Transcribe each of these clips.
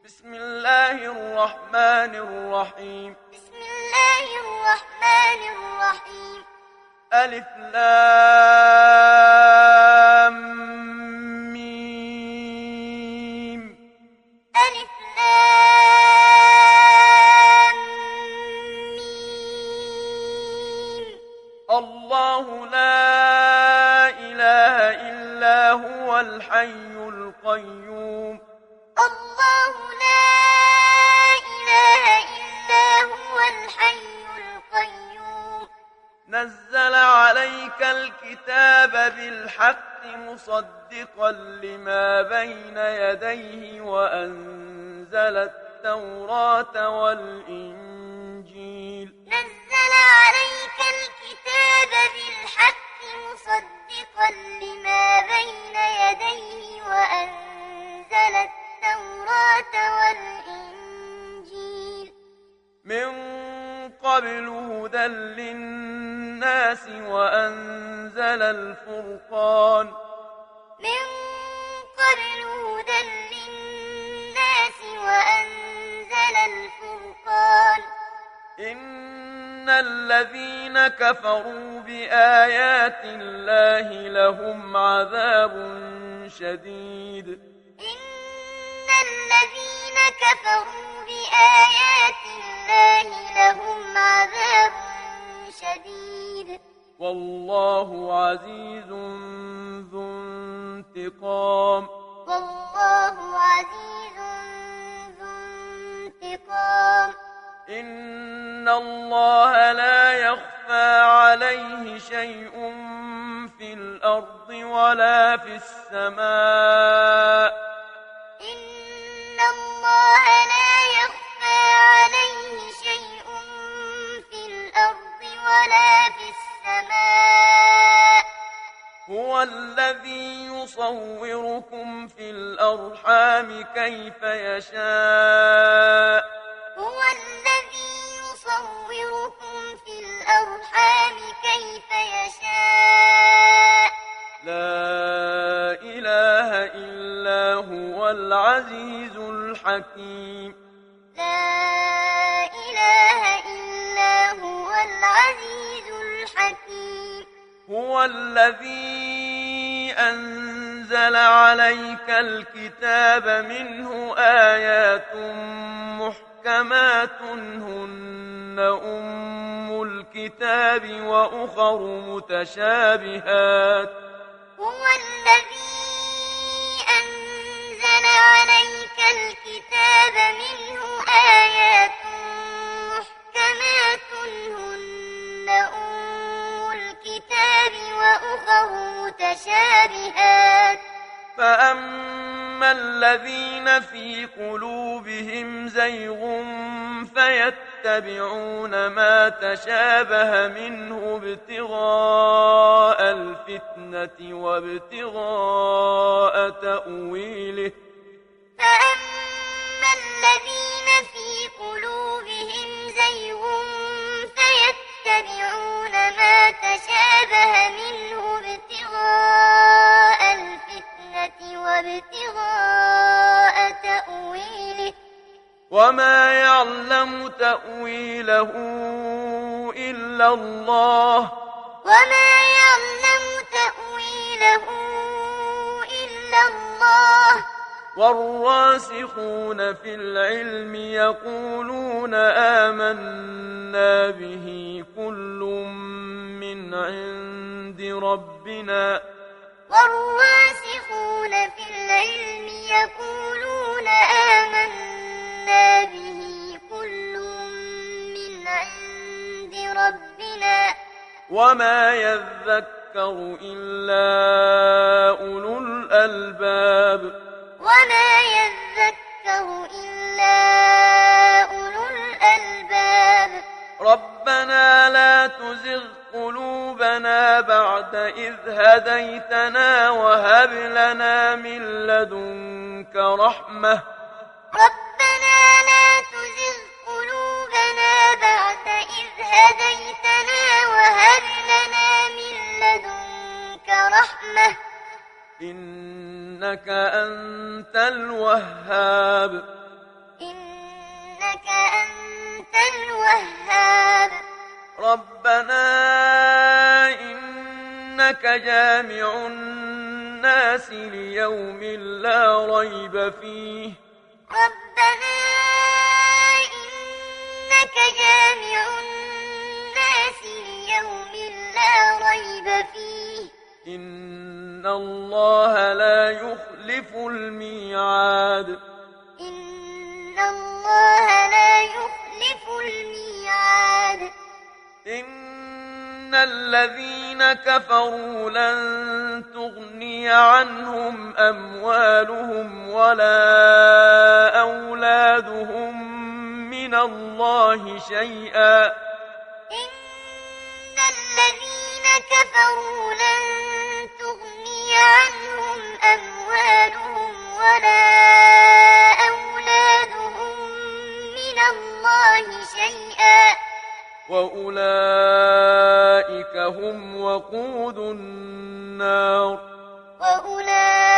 بسم الله الرحمن الرحيم. بسم الله الرحمن الرحيم. ألف لام ميم. ألف لام ميم. الله لا إله إلا هو الحي القيوم. الله لا إله إلا هو الحي القيوم. نزل عليك الكتاب بالحق مصدقا لما بين يديه وأنزل التوراة والإنجيل. نزل عليك الكتاب بالحق مصدقا لما بين يديه وأنزل التوراة والإنجيل. من قبل هدى للناس وأنزل الفرقان. من قبل هدى للناس وأنزل الفرقان. إن الذين كفروا بآيات الله لهم عذاب شديد. إن الذين كفروا بآيات الله لهم عذاب شديد. والله عزيز ذو انتقام. والله عزيز ذو انتقام. إن الله لا يخفى عليه شيء في الأرض ولا في السماء. إن الله لا يخفى عليه شيء في الأرض ولا في السماء. هو الذي يصوركم في الأرحام كيف يشاء. هو الذي يصوركم في الأرحام كيف يشاء. لا إله إلا هو العزيز الحكيم. لا إله إلا هو العزيز الحكيم. هو الذي أنزل عليك الكتاب منه آيات محكمات هن أم الكتاب وأخر متشابهات. هو الذي أنزل عليك الكتاب منه آيات محكمات هن أم الكتاب وأخر متشابهات. فأما الذين في قلوبهم زيغ فيتبعون ما تشابه منه ابتغاء الفتنة وابتغاء تأويله. فأما الذين في قلوبهم زيغ فيتبعون ما تشابه منه ابتغاء الفتنة وابتغاء تأويله. وما يعلم تأويله إلا الله. وما يعلم تأويله إلا الله. والراسخون في العلم يقولون آمنا به كل من عند ربنا. والراسخون في العلم يقولون آمنا به كل من عند ربنا. وما يذكر إلا أولو الألباب. وما يذكر إلا أولو الألباب. ربنا لا تزغ قلوبنا بعد إذ هديتنا وهب لنا من لدنك رحمة. ربنا لا تزغ قلوبنا بعد إذ هديتنا وهب لنا من لدنك رحمة. إنك أنت الوهاب. الوهاب ربنا إنك جامع الناس ليوم لا ريب فيه ربنا إنك جامع الناس ليوم لا ريب فيه إن الله لا يخلف الميعاد إن الله لا يخلف الميعاد إن الذين كفروا لن تغني عنهم أموالهم ولا أولادهم من الله شيئا إن الذين كفروا لن تغني عنهم أموالهم ولا أولادهم من الله شيئا وأولئك هم وقود النار وأولئك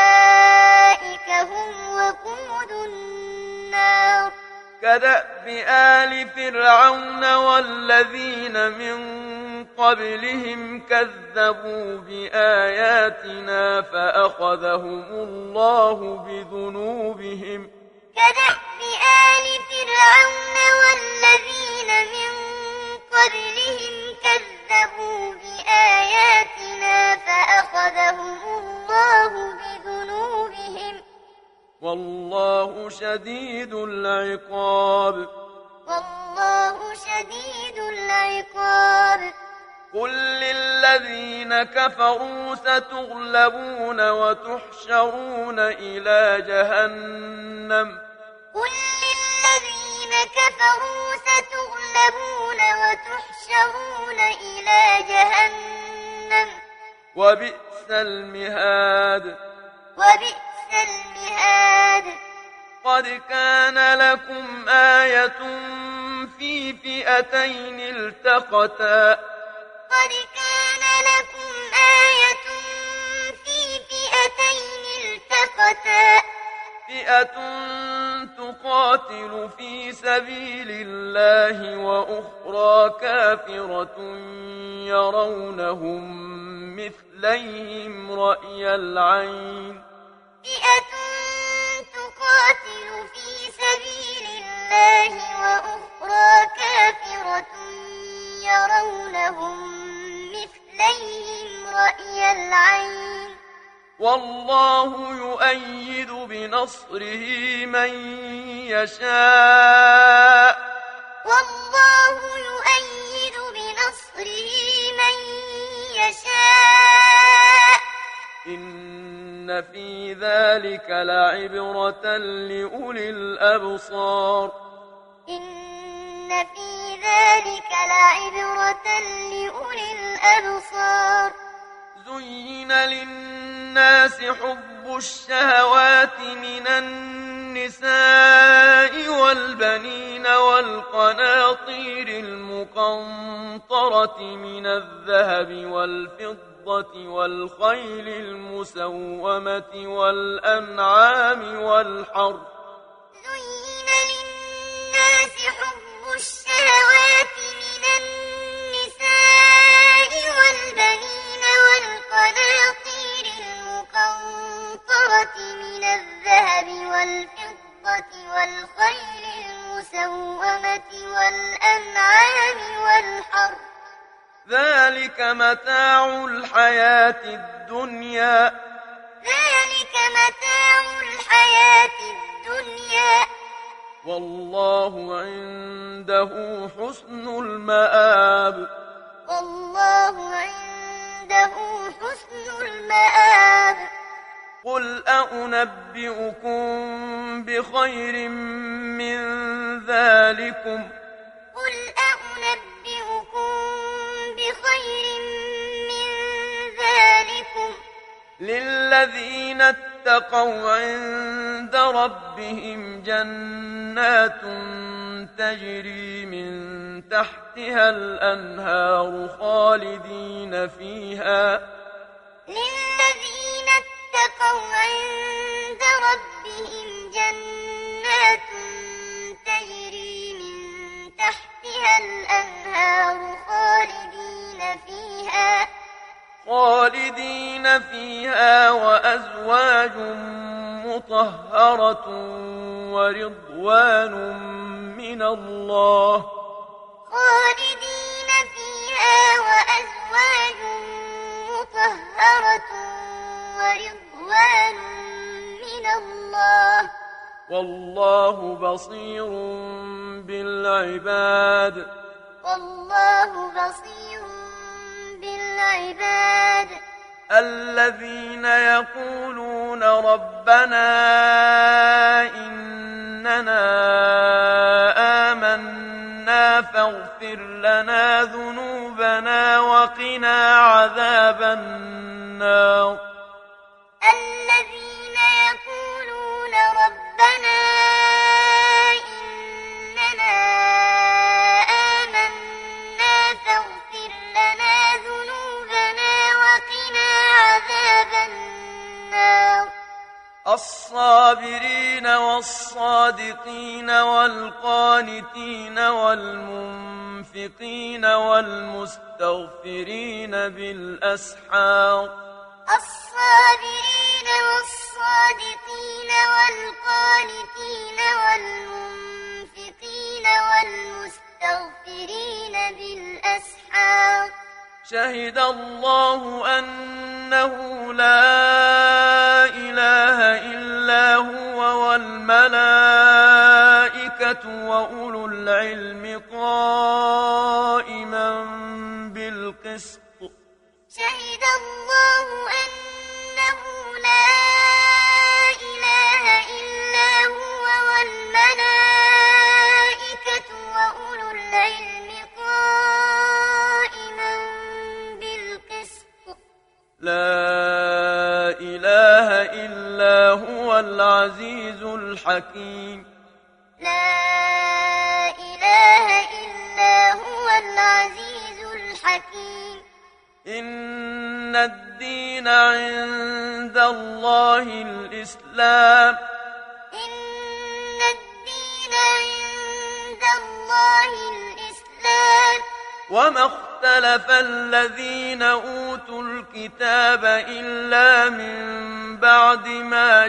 هم وقود النار كدأب آل فرعون والذين من قبلهم كذبوا بآياتنا فأخذهم الله بذنوبهم كدأب آل فرعون والذين من قبلهم كذبوا بآياتنا فأخذهم الله بذنوبهم والله شديد العقاب والله شديد العقاب قل للذين كفروا ستغلبون وتحشرون إلى جهنم قل للذين كفروا ستغلبون وتحشرون إلى جهنم وبئس المهاد وبئس المهاد قد كان لكم آية في فئتين التقتا قد كان لكم آية في فئتين التقتا فئة تقاتل في سبيل الله وأخرى كافرة يرونهم مثليهم رأي العين فئة تقاتل في سبيل الله وأخرى كافرة يرونهم مثليهم رأي العين والله يؤيد بنصره من يشاء والله يؤيد بنصره من يشاء إن في ذلك لعبرة لأولي الأبصار إن في ذلك لعبرة لأولي الأبصار زين للناس حب الشهوات من النساء والبنين والقناطير المقنطرة من الذهب والفضة والخيل المسومة والأنعام والحرث زين للناس حب الشهوات من النساء والبنين والقناطير المقنطرة من الذهب والفضة والخيل المسومة والأنعام والحرث ذلك متاع الحياة الدنيا ذلك متاع الحياة الدنيا والله عنده حسن المآب والله عنده حسن المآب قل أنبئكم بخير من ذلكم قل أنبئكم بخير من ذلكم للذين اتقوا عند ربهم جنات تجري من تحتها الأنهار خالدين فيها للذين اتقوا عند ربهم جنات تجري من تحتها فيها وأزواج مطهرة ورضوان من الله خالدين فيها وأزواج مطهرة ورضوان من الله والله بصير بالعباد والله بصير بالعباد الذين يقولون ربنا إننا آمنا فاغفر لنا ذنوبنا وقنا عذاب النار الذين يقولون ربنا إننا آمنا فاغفر لنا ذنوبنا وقنا عذاب النار الصابرين والصادقين والقانتين والمنفقين والمستغفرين بالأسحار الصابرين والصادقين والقانتين والمنفقين والمستغفرين بالأسحار شهد الله أنه لا إله إلا هو والملائكة وأولو العلم قائما بالقسط شهد الله أنه لا إله إلا هو والملائكة وأولو العلم قائما بالقسط لا إله إلا هو العزيز الحكيم لا إله إلا هو العزيز الحكيم إن الدين عند الله الإسلام إن الدين عند الله الإسلام وما اختلف الذين أوتوا الكتاب إلا من بعد ما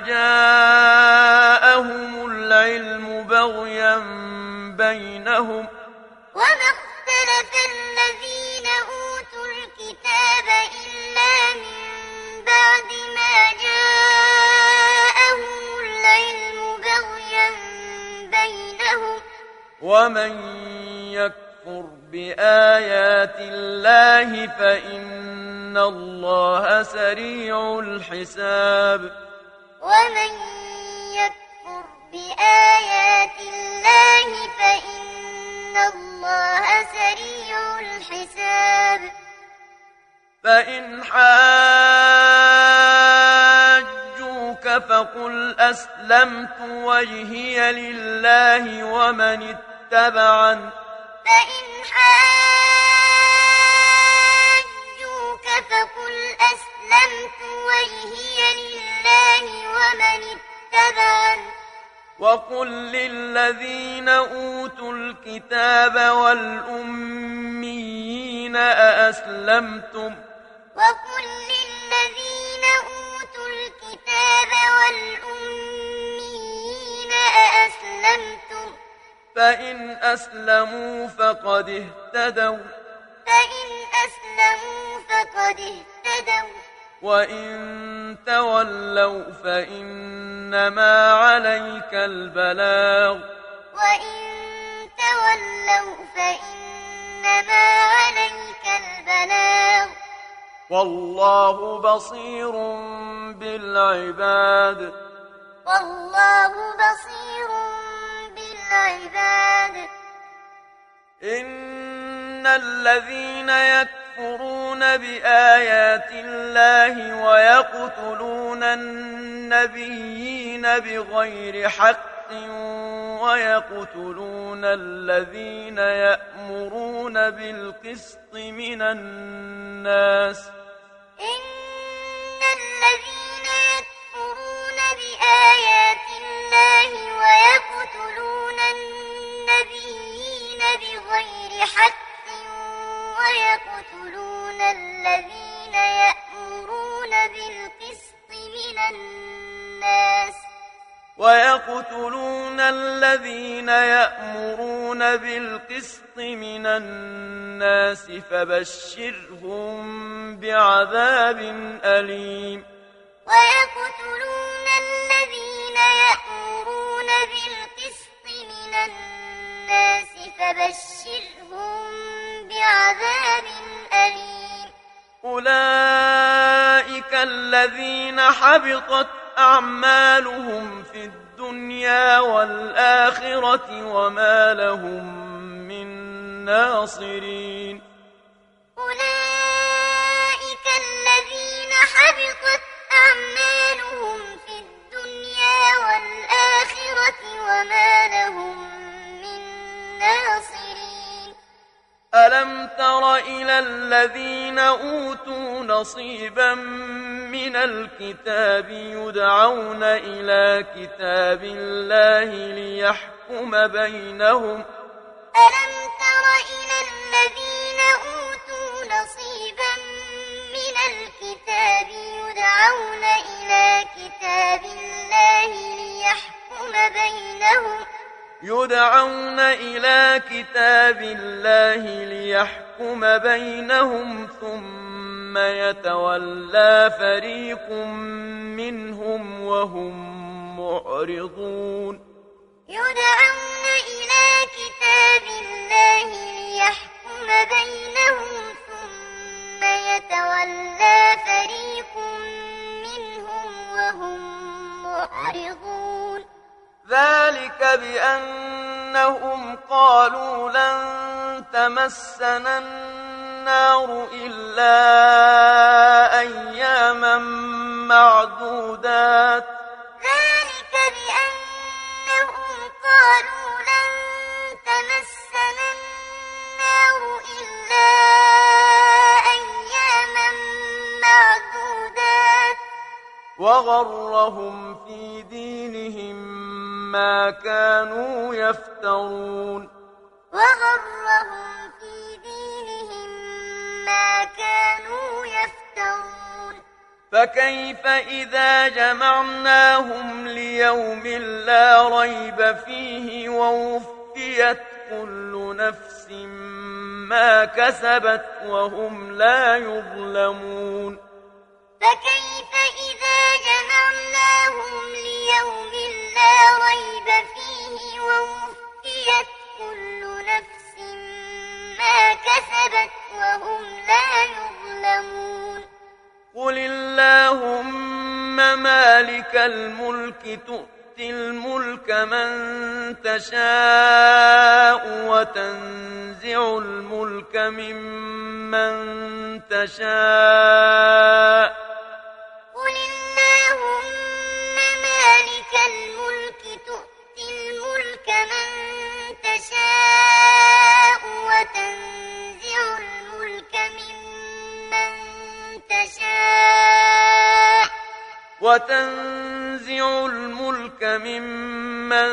جاءهم العلم بغيا بينهم وما اختلف الذين أوتوا الكتاب إلا من بعد ما جاءهم العلم بغيا بينهم ومن يكفر بآيات الله فإن الله سريع الحساب ومن يكفر بآيات الله فإن الله سريع الحساب فإن حاجوك فقل أسلمت وجهي لله ومن اتبعني فإن حاجوك فقل أسلمت وجهي لله ومن اتبعني وقل للذين أوتوا الكتاب والأميين أأسلمتم وقل للذين أوتوا الكتاب والأميين أأسلمتم فإن أسلموا فقد اهتدوا وإن تولوا فإنما عليك البلاغ والله بصير بالعباد إن الذين يكفرون بآيات الله ويقتلون النبيين بغير حق ويقتلون الذين يأمرون بالقسط من الناس إن الذين يكفرون بآيات الله ويقتلون النبيين بغير حق ويقتلون الذين يأمرون بالقسط ويقتلون الذين يأمرون بالقسط من الناس فبشرهم بعذاب أليم ويقتلون الذين يأمرون بالقسط من الناس فبشرهم بعذاب أليم أولئك الذين حبطت أعمالهم في الدنيا والآخرة وما لهم من ناصرين أولئك الذين حبطت أعمالهم في الدنيا والآخرة وما لهم من ناصرين ألم تر إلى الذين أوتوا نصيبا من الكتاب يدعون إلى كتاب الله ليحكم بينهم ألم تر إلى الذين أوتوا نصيبا من الكتاب يدعون إلى كتاب الله ليحكم بينهم ثم يتولى فريق منهم وهم معرضون يدعون إلى كتاب الله ليحكم بينهم ثم يتولى فريق منهم وهم معرضون ذلك بأنهم قالوا لن تمسنا النار إلا أياما معدودات ذلك بأنهم قالوا لن تمسنا النار إلا أياما معدودات وغرهم في دينهم ما كانوا يفترون وغرهم في دينهم ما كانوا يفترون فكيف إذا جمعناهم ليوم لا ريب فيه ووفيت كل نفس ما كسبت وهم لا يظلمون فكيف إذا جمعناهم ليوم لا ريب فيه ووفيت كل نفس ما كسبت وهم لا يظلمون قل اللهم مالك الملك تؤتي الملك من تشاء وتنزع الملك ممن تشاء قل اللهم مالك الملك تؤتي الملك من تشاء وتنزع الملك ممن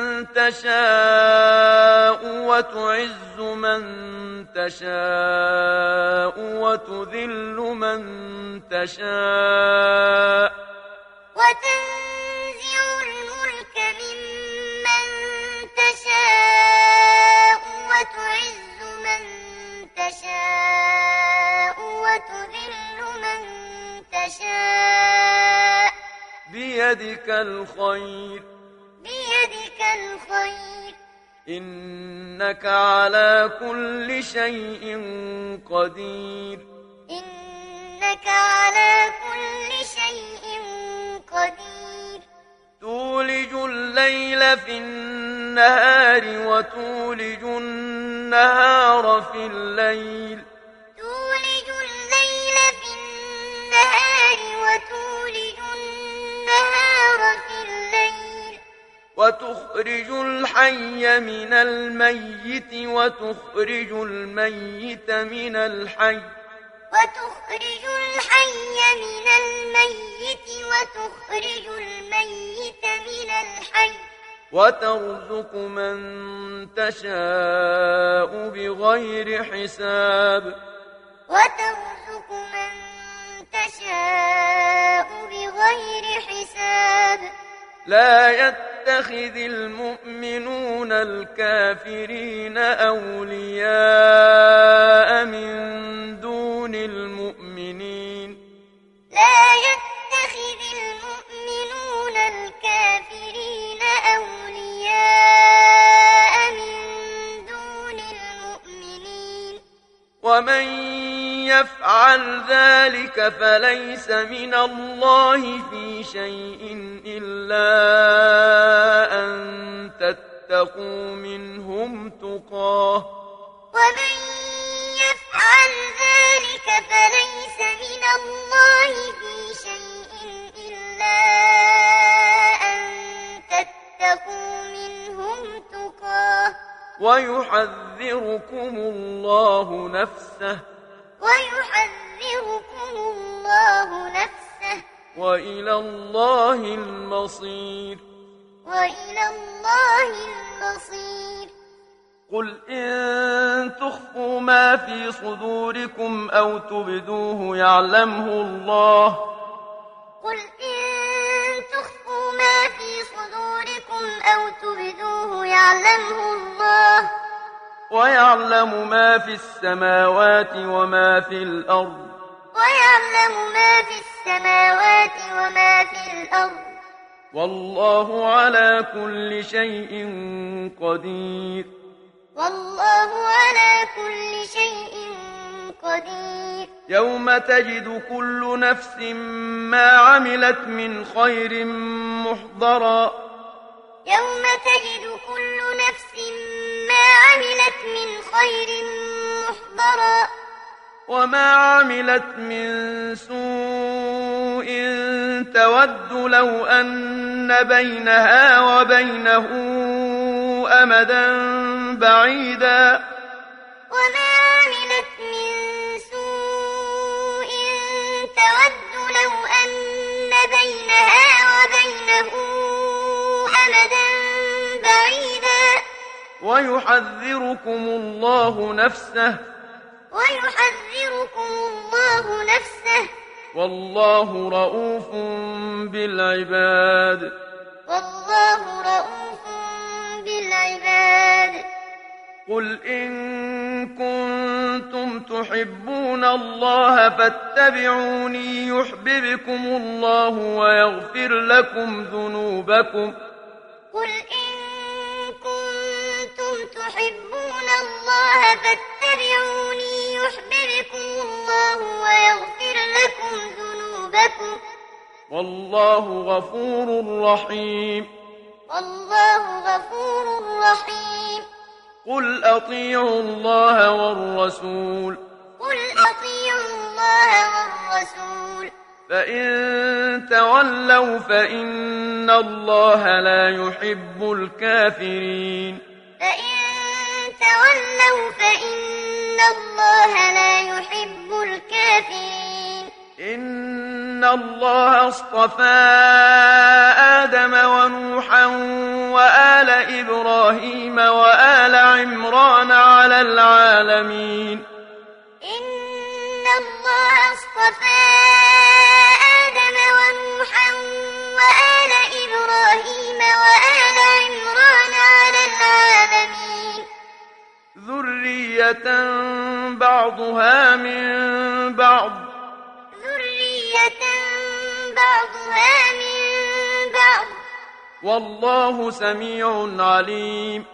تشاء وتعز من تشاء وتذل من تشاء وتنزع الملك ممن تشاء وتعز من تشاء وتذل من تشاء بيدك الخير إنك على كل شيء قدير تولج الليل في النهار وتولج النهار في الليل وتخرج الحي من الميت وتخرج الميت من الحي وترزق من تشاء بغير حساب لا يتخذ المؤمنون الكافرين أولياء من دون المؤمنين لا يتخذ المؤمنون الكافرين أولياء من دون المؤمنين ومن يفعل ذلك فليس من الله في شيء إلا أن تتقوا منهم تقاه ومن يفعل ذلك فليس من الله في شيء إلا أن تتقوا منهم تقاه ويحذركم الله نفسه وإلى الله المصير قل إن تخفوا ما في صدوركم أو تبدوه يعلمه الله قل إن تخفوا ما في صدوركم أو تبدوه يعلمه الله ويعلم ما في السماوات وما في الأرض والله على كل شيء قدير يوم تجد كل نفس ما عملت من خير محضرا وما عملت من سوء تود لو أن بينها وبينه أمدا بعيدا ويحذركم الله نفسه والله رءوف بالعباد قل إن كنتم تحبون الله فاتبعوني يحببكم الله ويغفر لكم ذنوبكم قل إن كنتم تحبون الله فاتبعوني يحببكم الله ويغفر لكم ذنوبكم والله غفور رحيم قل أطيعوا الله والرسول فإن تولوا فإن الله لا يحب الكافرين إن الله اصطفى آدم ونوحا وآل إبراهيم وآل عمران على العالمين إن الله اصطفى آدم ونوحا وآل إبراهيم وآل عمران على العالمين ذرية بعضها من بعض والله سميع عليم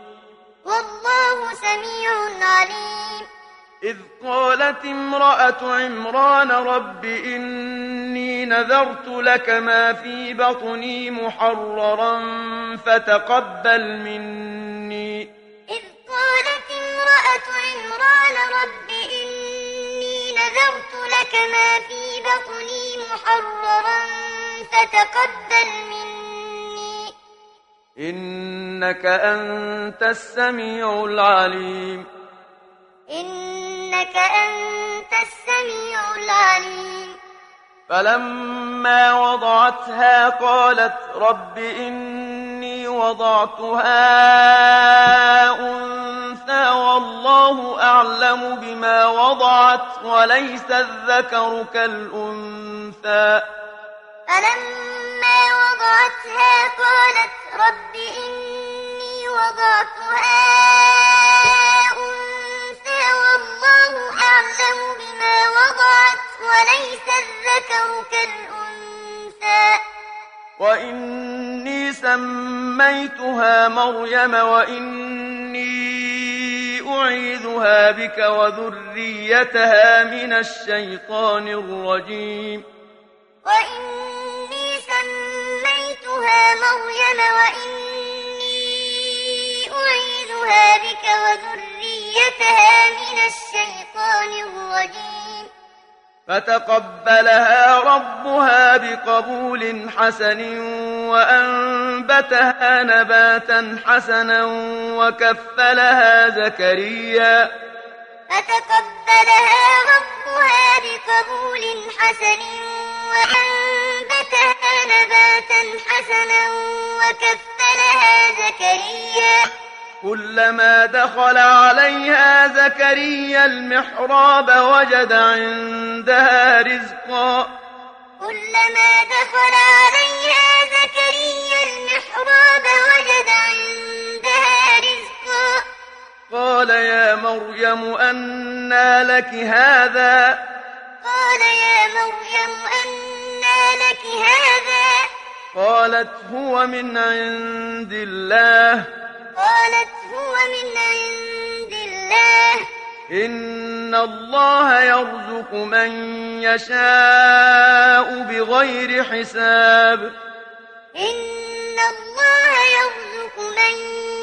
إذ قالت امرأة عمران رب إني نذرت لك ما في بطني محررا فتقبل مني إذ قالت امرأة عمران رب إني نذرت لك ما في بطني محررا فتقبل مني إنك أنت السميع العليم فلما وضعتها قالت رب إني وضعتها أنثى والله أعلم بما وضعت وليس الذكر كالأنثى فلما وضعتها قالت رب إني وضعتها أنثى والله أعلم بما وضعت وليس الذكر كالأنثى وإني سميتها مريم وإني أعيذها بك وذريتها من الشيطان الرجيم وإني سميتها مريم وإني أعيذها بك وذريتها من الشيطان الرجيم فتقبلها ربها بقبول حسن وأنبتها نباتا حسنا وكفلها زكريا فتقبلها ربها بقبول حسن وأنبتها نباتا حسنا وكفلها زكريا كلما دخل عليها زكريا المحراب وجد عندها رزقا كلما دخل عليها زكريا المحراب وجد عندها رزقا قال يا مريم أنى لك هذا قال يا مريم أنى لك هذا قالت هو من عند الله قالت هو من عند الله إن الله يرزق من يشاء بغير حساب إن الله يرزق من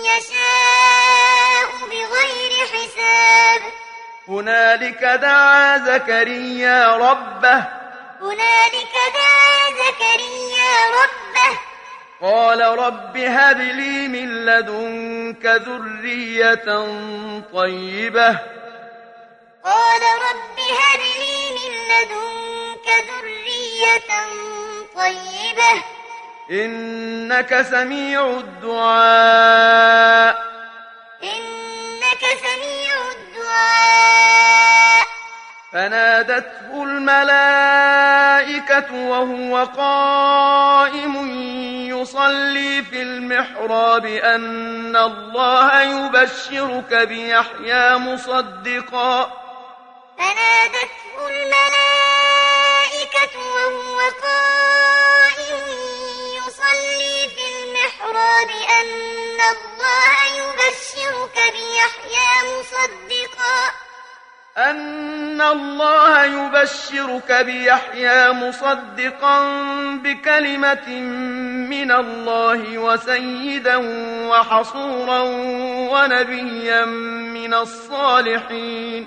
يشاء بغير حساب هنالك دعا زكريا ربه هنالك دعا زكريا ربه قال رب هب لي من لدنك ذرية طيبة قال رب هب لي من لدنك ذرية طيبة إنك سميع الدعاء إنك سميع الدعاء فنادته الملائكة وهو قائم يصلي في المحراب أن الله يبشرك بيحيى مصدقا فنادته الملائكة وهو قائم يصلي في المحراب أن الله يبشرك بيحيى مصدقا بكلمة من الله وسيدا وحصورا ونبيا من الصالحين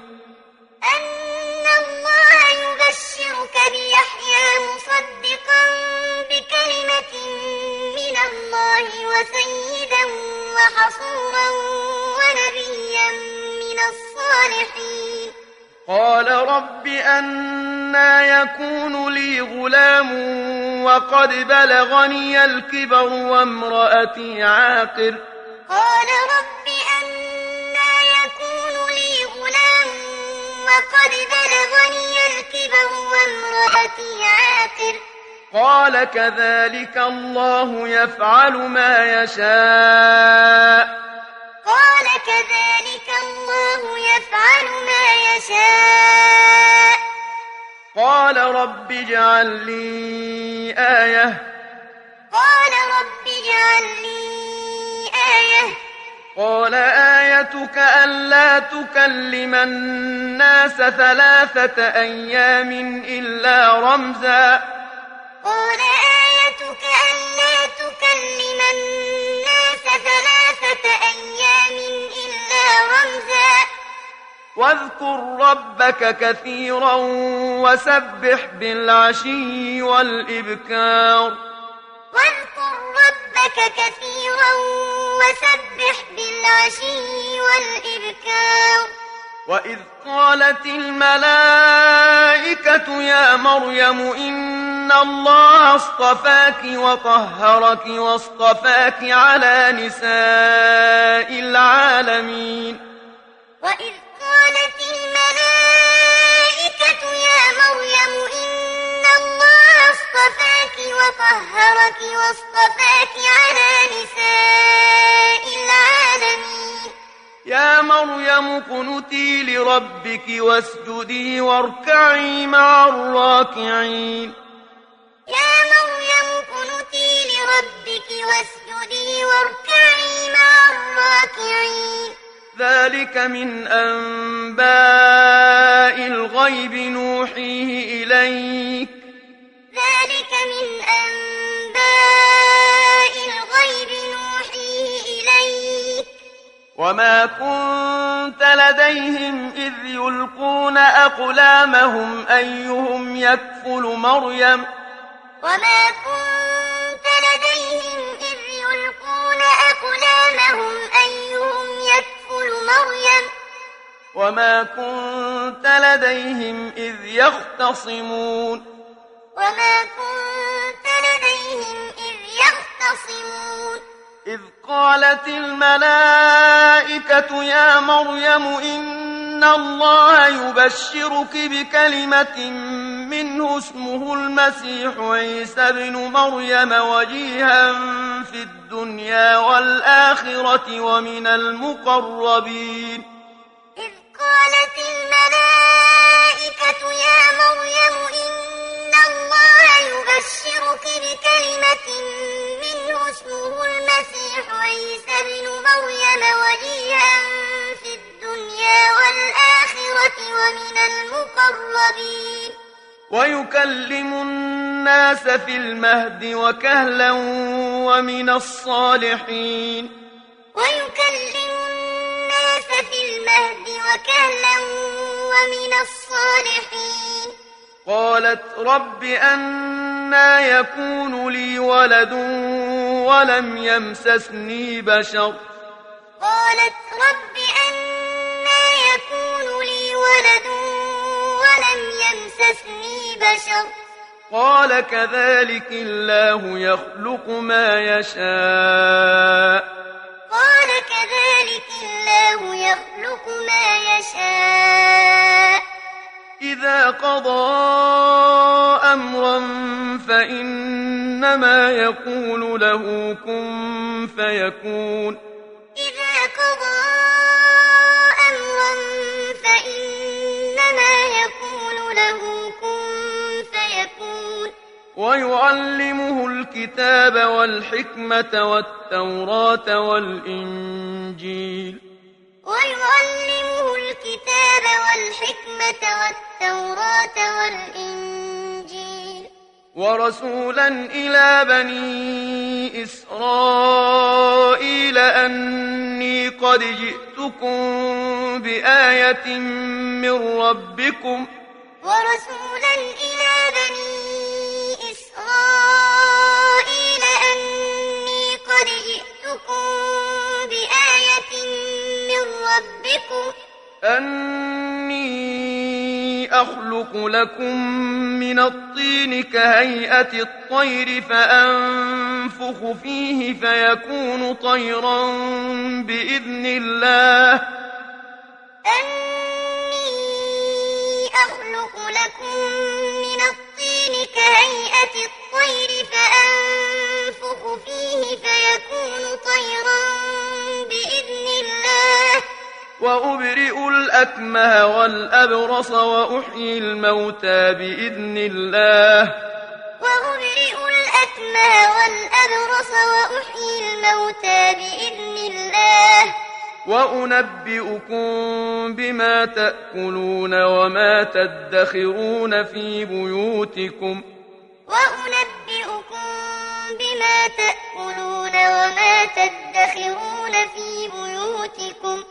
أن الله يبشرك بيحيى مصدقا بكلمة من الله وسيدا وحصورا ونبيا من الصالحين قال رب أنى يكون لي غلام وقد بلغني الكبر وامرأتي عاقر قال رب أنى يكون لي غلام وقد بلغني الكبر وامرأتي عاقر قال كذلك الله يفعل ما يشاء قال كذلك الله يفعل ما يشاء قال رب اجعل لي آية قال رب اجعل لي آية قال آيتك ألا تكلم الناس 3 أيام إلا رمزا قال آيتك ألا تكلم الناس 3 أيام إلا رمزا واذكر ربك كثيرا وسبح بالعشي والإبكار واذكر ربك كثيرا وسبح بالعشي والإبكار وإذ قالت الملائكة يا مريم إن الله اصطفاك وطهرك واصطفاك على نساء العالمين وإذ قالت الملائكة يا مريم إن الله اصطفاك اصطفاك وطهرك واصطفاك على نساء العالمين يا مريم اقنتي لربك واسجدي واركعي مع الراكعين يا مريم اقنتي لربك واسجدي واركعي مع الراكعين ذلك من أنباء الغيب نوحيه إليك ذلك من أنباء الغيب نوحيه إليك وما كنت لديهم إذ يلقون أقلامهم أيهم يكفل مريم وما كنت لديهم إذ يلقون أقلامهم أيهم يكفل مريم وما كنت لديهم إذ يختصمون وما كنت لديهم إذ يختصمون إذ قالت الملائكة يا مريم إن الله يبشرك بكلمة منه اسمه المسيح عيسى بن مريم وجيها في الدنيا والآخرة ومن المقربين إذ قالت الملائكة يا مريم إن الله يبشرك بكلمة منه اسمه المسيح عيسى بن مريم وجيها في الدنيا والآخرة ومن المقربين ويكلم الناس في المهد وكهلا ومن الصالحين ويكلم الناس في المهد وكهلا ومن الصالحين قالت رب أنى يكون لي ولد ولم يمسسني بشر قالت رب أنى يكون لي ولد ولم يمسسني بشر قال كذلك الله يخلق ما يشاء قال كذلك الله يخلق ما يشاء إذا قضى أمرا فإنما يقول له كن فيكون إذا قضى أمرا فإنما يقول له كن فيكون ويعلمه الكتاب والحكمة والتوراة والإنجيل ويعلمه الكتاب والحكمة والتوراة والإنجيل ورسولا إلى بني إسرائيل أني قد جئتكم بآية من ربكم ورسولا إلى بني إسرائيل أني قد جئتكم بآية من ربكم أني أخلق لكم من الطين كهيئة الطير فأنفخ فيه فيكون طيرا بإذن الله أني أخلق لكم من الطين كهيئة الطير فأنفخ فيه فيكون طيرا بإذن الله وأبرئ الأكمه والأبرص وأحيي الموتى بإذن الله وأبرئ الأكمه والأبرص وأحيي الموتى بإذن الله وأنبئكم بما تأكلون وما تدخرون في بيوتكم وأنبئكم بما تأكلون وما تدخرون في بيوتكم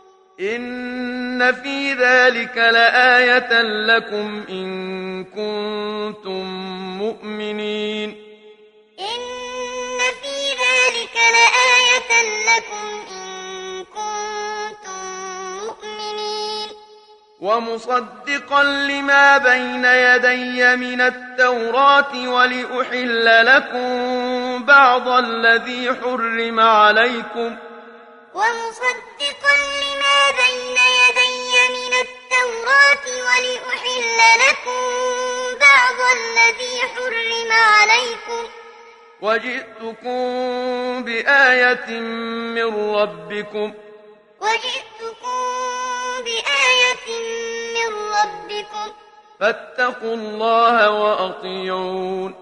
إن في ذلك لآية لكم إن كنتم مؤمنين إن في ذلك لآية لكم إن كنتم مؤمنين ومصدقا لما بين يدي من التوراة ولأحل لكم بعض الذي حرم عليكم ومصدقا لما بين يدي من التوراة ولأحل لكم بعض الذي حرم وجئتكم بآية من ربكم فاتقوا الله وأطيعون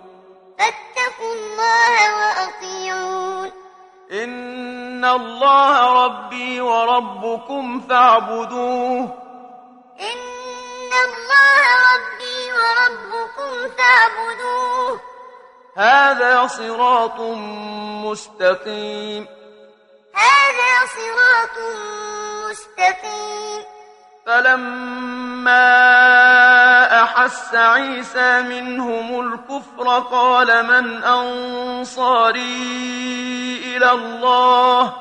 إن الله ربي وربكم فاعبدوه هذا صراط مستقيم فلما أحس عيسى منهم الكفر قال من أنصاري إلى الله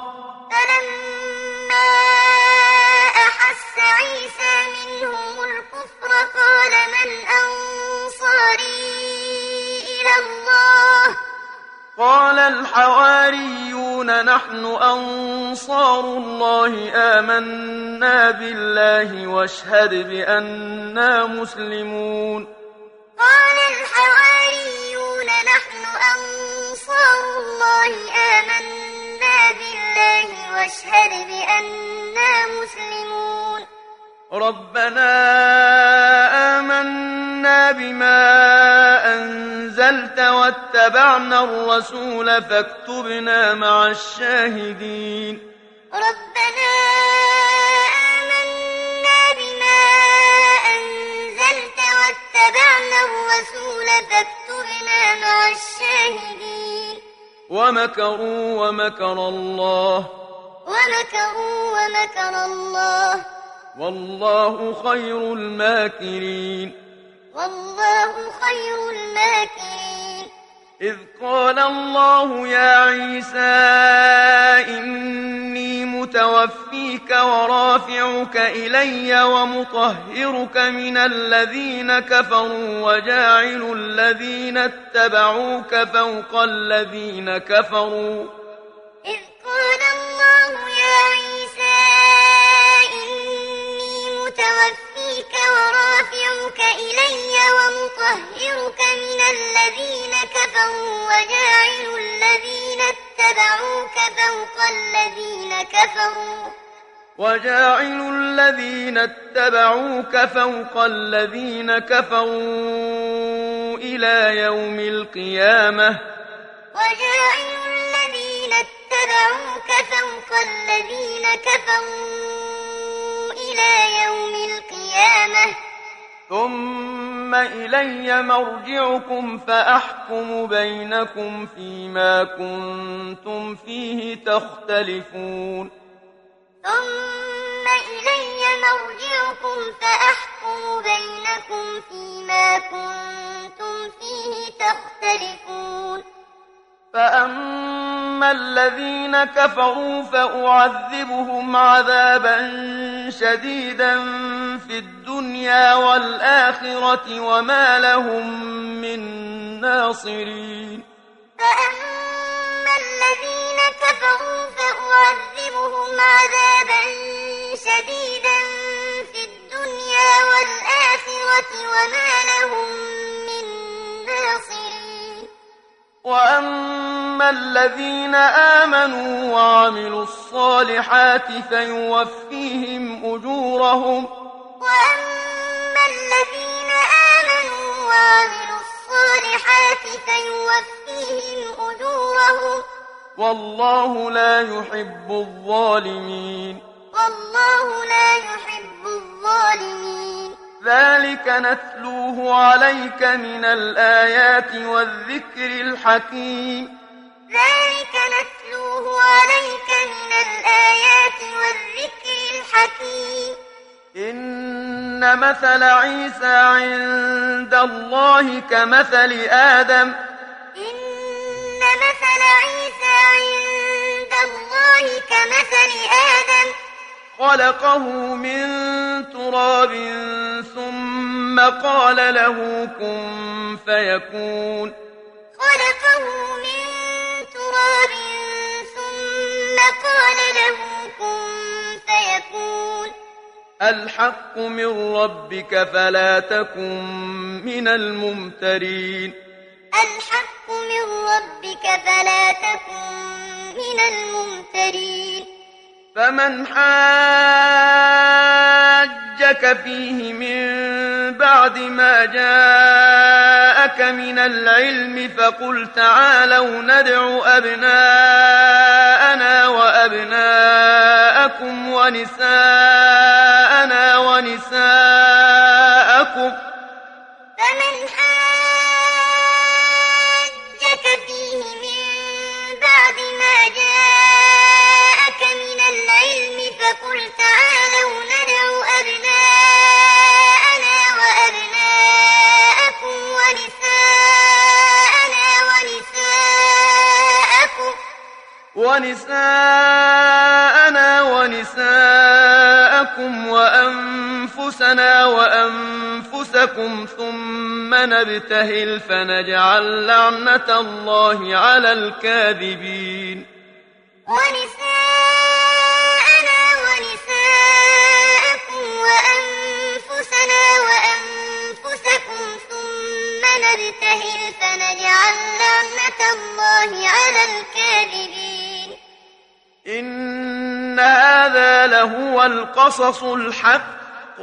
قال الحواريون نحن أنصار الله آمنا بالله واشهد بأننا مسلمون ربنا آمنا بما أنزلت واتبعنا الرسول فاكتبنا مع الشاهدين ومكروا ومكر الله والله خير الماكرين إذ قال الله يا عيسى إني متوفيك ورافعك إلي ومطهرك من الذين كفروا وجاعل الذين اتبعوك فوق الذين كفروا وجاعل الذين اتبعوك فوق الذين كفروا إلى يوم القيامة ثم إلي مرجعكم فأحكم بينكم فيما كنتم فيه تختلفون فأما الذين كفروا فأعذبهم عذابا شديدا في الدنيا والآخرة وما لهم من ناصرين وأما الذين آمنوا وعملوا الصالحات فيوفيهم أجورهم والله لا يحب الظالمين ذلك نتلوه عليك من الآيات والذكر الحكيم إن مثل عيسى عند الله كمثل آدم خلقه من تراب ثم قال له كن فيكون الحق من ربك فلا تكن من الممترين الحق من ربك فلا تكن من الممترين فمن حاجك فيه من بعد ما جاءك من العلم فقل تعالوا ندع أبناءنا وأبناءكم ونساءنا ونساءكم فمن حاجك فيه من بعد ما جاءك من العلم فقل تعالوا ندع أبناءنا وأبناءكم ونساءنا ونساءكم وأنفسنا وأنفسكم ثم نبتهل فنجعل لعنة الله على الكاذبين ونساءنا ونساءكم وأنفسنا وأنفسكم ثم نبتهل فنجعل لعنة الله على الكاذبين إن هذا لهو القصص الحق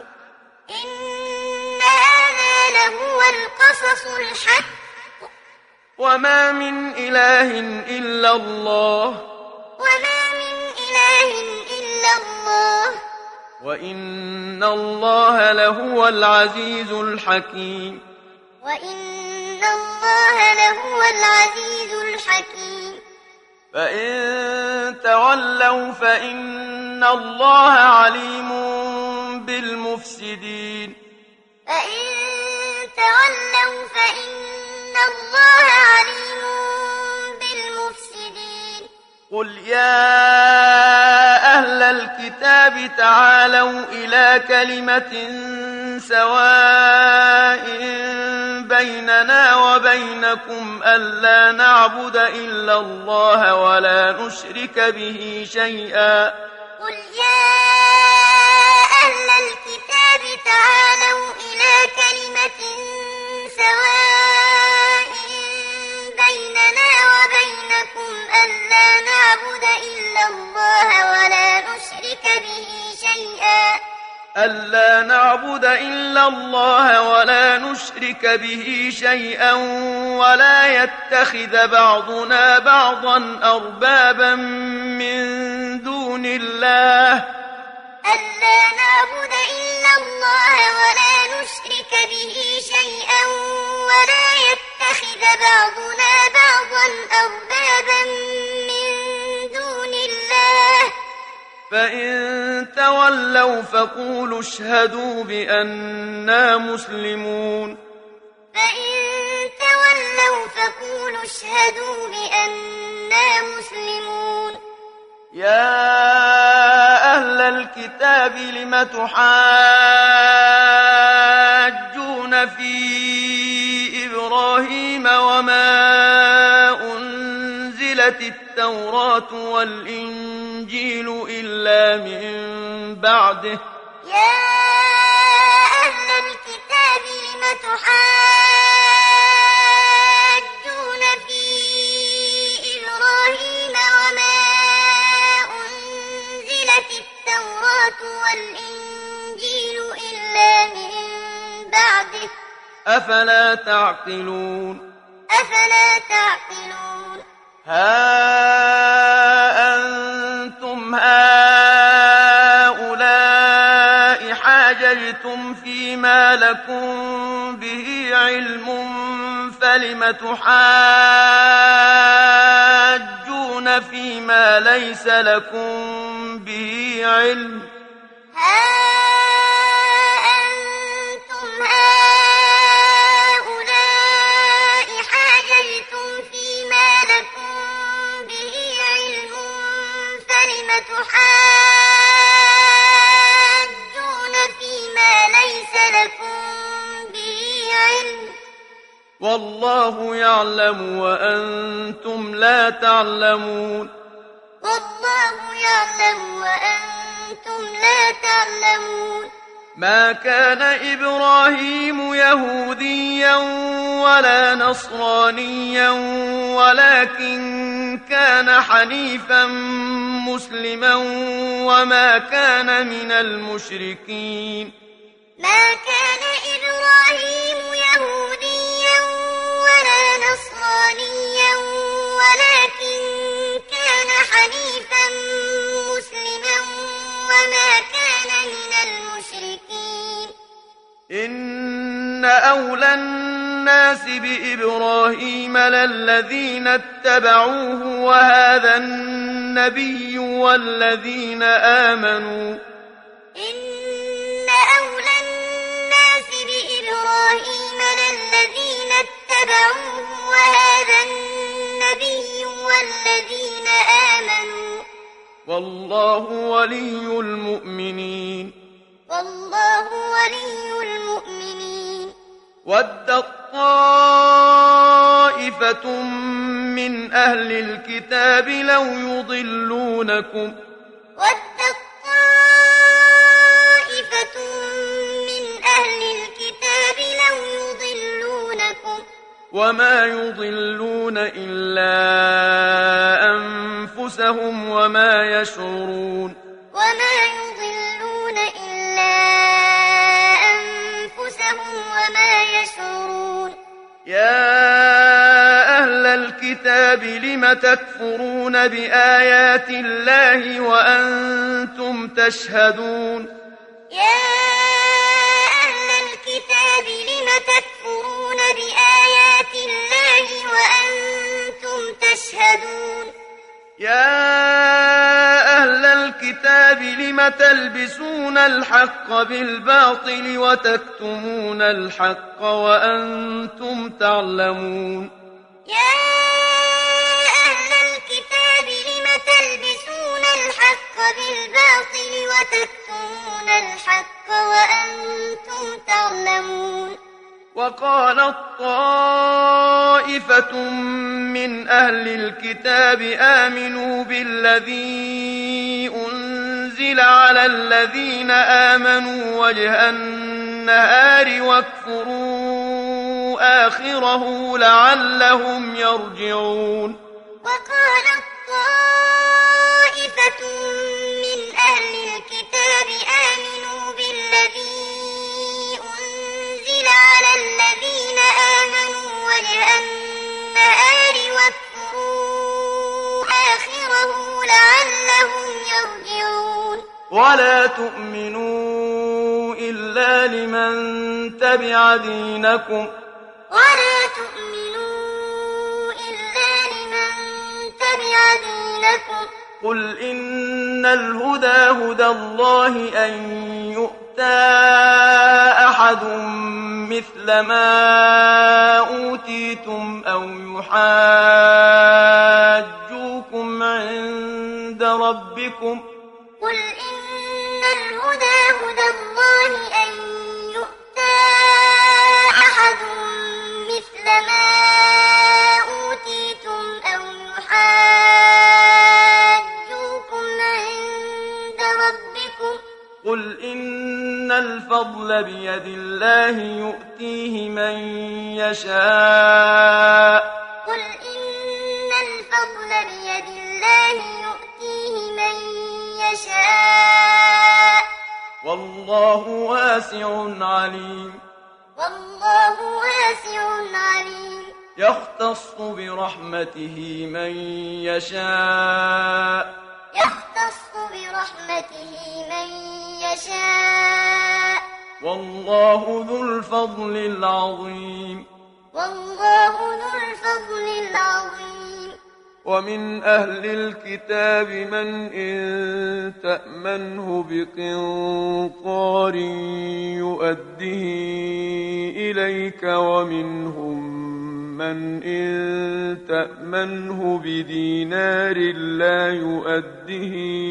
إن هذا لهو القصص الحق وما من إله إلا الله وما من إله إلا الله وإن الله لهو العزيز الحكيم وإن الله لهو العزيز الحكيم فإن تولوا فإن الله عليم بالمفسدين فإن تولوا فإن الله عليم بالمفسدين قل يا أهل الكتاب تعالوا إلى كلمة سواء بيننا وبينكم ألا نعبد إلا الله ولا نشرك به شيئا قل يا أهل الكتاب تعالوا إلى كلمة سواء بيننا وبينكم ألا نعبد إلا الله ولا نشرك به شيئا ألا نعبد إلا الله ولا نشرك به شيئا ولا يتخذ بعضنا بعضا أربابا من دون الله ألا نعبد إلا الله ولا نشرك به شيئا ولا يتخذ بعضنا بعضا أربابا من دون الله فإن تولوا فقولوا اشهدوا بأننا مسلمون فإن تولوا فقولوا اشهدوا بأننا مسلمون يا أهل الكتاب لم تحاجون في إبراهيم وما أنزلت التوراة والإنجيل إلا من بعده يا أهل الكتاب لم تحاجون في إبراهيم وما أنزلت التوراة والإنجيل إلا من بعده أفلا تعقلون أفلا تعقلون ها أنتم هؤلاء حاججتم فيما لكم به علم فلم تحاجون فيما ليس لكم به علم أنتم هؤلاء حاججتم فيما لكم به علم فلم تحاجون فيما ليس لكم به علم والله يعلم وأنتم لا تعلمون والله يعلم وأنتم لا تعلمون ما كان إبراهيم يهوديا ولا نصرانيا ولكن كان حنيفا مسلما وما كان من المشركين ما كان إبراهيم يهوديا ولا نصرانيا ولكن كان حنيفا مسلما وما كان من المشركين إن أولى الناس بإبراهيم للذين اتبعوه وهذا النبي والذين آمنوا إن أولى الناس بإبراهيم للذين اتبعوه وهذا النبي والذين آمنوا والله ولي المؤمنين والله ولي المؤمنين ودت طائفة من أهل الكتاب لو يضلونكم ودت طائفة من أهل الكتاب لو يضلونكم وما يضلون إلا أنفسهم وما يشعرون وما يضلون إلا أنفسهم وما يشعرون يا أهل الكتاب لم تكفرون بآيات الله وأنتم تشهدون يا أهل الكتاب لم تكفرون بآيات الله وأنتم تشهدون يا أهل الكتاب لم تلبسون الحق بالباطل وتكتمون الحق وأنتم تعلمون يا أهل الكتاب لم تلبسون الحق بالباطل وتكتمون الحق وأنتم تعلمون وقالت طائفة من أهل الكتاب آمنوا بالذي أنزل على الذين آمنوا وجه النهار واكفروا آخره لعلهم يرجعون وقالت طائفة من أهل الكتاب آمنوا بالذي أنزل على الذين آمنوا وجه النهار واكفروا آخره لعلهم يرجعون ولا تؤمنوا إلا لمن تبع دينكم ولا تؤمنوا إلا لمن تبع دينكم قل إن الهدى هدى الله أن يؤتى أحد مثل ما أوتيتم أو يحاجوكم عند ربكم قل إن الهدى هدى الله أن يؤتى أحد مثل ما أوتيتم أو يحاجوكم عند ربكم قل إن الفضل بيد الله يؤتيه من يشاء قل إن الفضل بيد الله يؤتيه من يشاء والله واسع عليم والله واسع عليم يختص برحمته من يشاء يختص برحمته من يشاء والله ذو الفضل العظيم والله ذو الفضل العظيم ومن أهل الكتاب من إن تأمنه بقنطار يؤده إليك ومنهم من إن تأمنه بدينار لا يؤده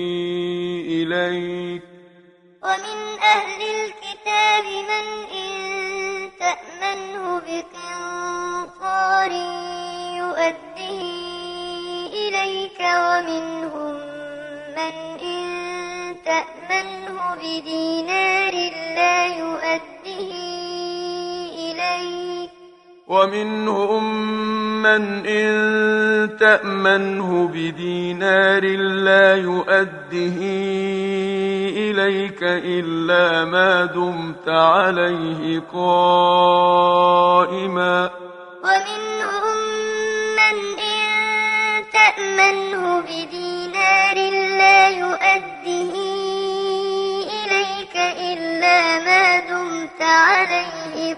إليك ومن أهل الكتاب من إن تأمنه بقنطار يؤده إليك ومنهم من إن تأمنه بدينار لا ومنهم من إن تأمنه بدينار لا يؤده إليك إلا ما دمت عليه قائما ومنهم من إن تأمنه بدينار لا يؤده إليك إلا ما دمت عليه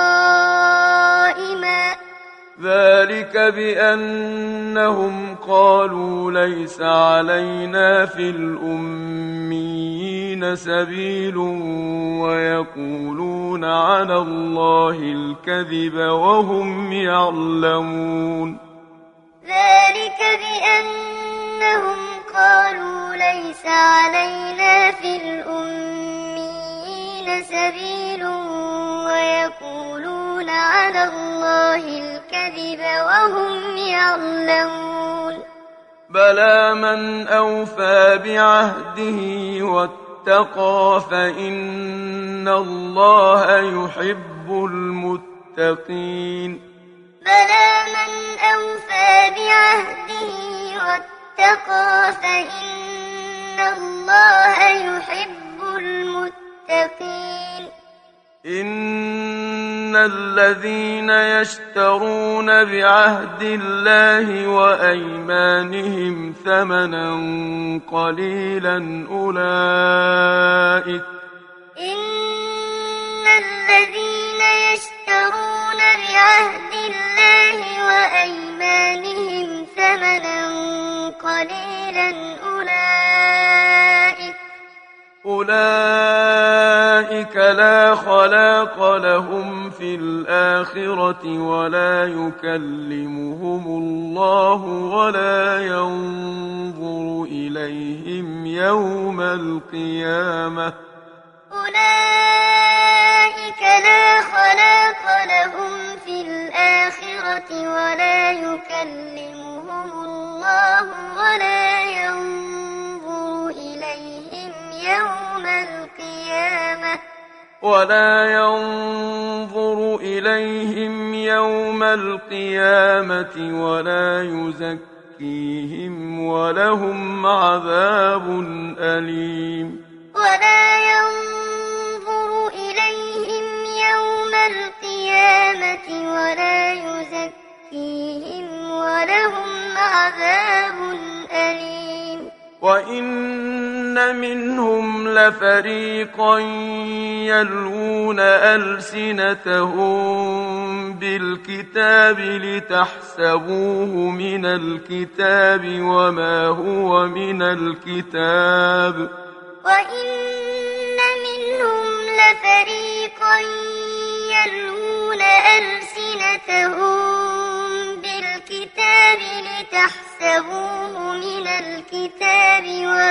قائما ذلك بأنهم قالوا ليس علينا في الأميين سبيل ويقولون على الله الكذب وهم يعلمون ذلك بأنهم قالوا ليس علينا في الأميين سبيل ويقولون على الله الكذب وهم يعلمون بلى من أوفى بعهده واتقى فإن الله يحب المتقين بلى من أوفى بعهده واتقى فإن الله يحب المتقين إن الذين يشترون بعهد الله وأيمانهم ثمنا قليلا أولئك إن الذين يشترون بعهد الله وأيمانهم ثمنا قليلا أولئك لا خلاق لهم في الآخرة ولا يكلمهم الله ولا ينظر إليهم يوم القيامة أولئك لا خلاق لهم في الآخرة ولا يكلمهم الله ولا ينظر إليهم يوم القيامة ولا يزكيهم ولهم عذاب أليم ولا ينظر إليهم يوم القيامة ولا يزكيهم ولهم عذاب أليم وإن منهم لفريقا يلوون ألسنتهم بالكتاب لتحسبوه من الكتاب وما هو من الكتاب وإن منهم لفريقا يلوون ألسنتهم بالكتاب لتحسبوه من الكتاب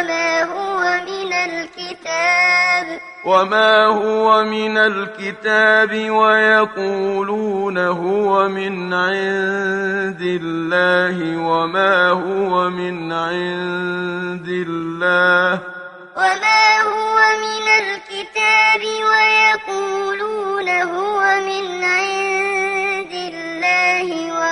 وما هو من الكتاب ويقولون هو من عند الله وما هو من عند الله وما هو من الكتاب ويقولون هو من عند الله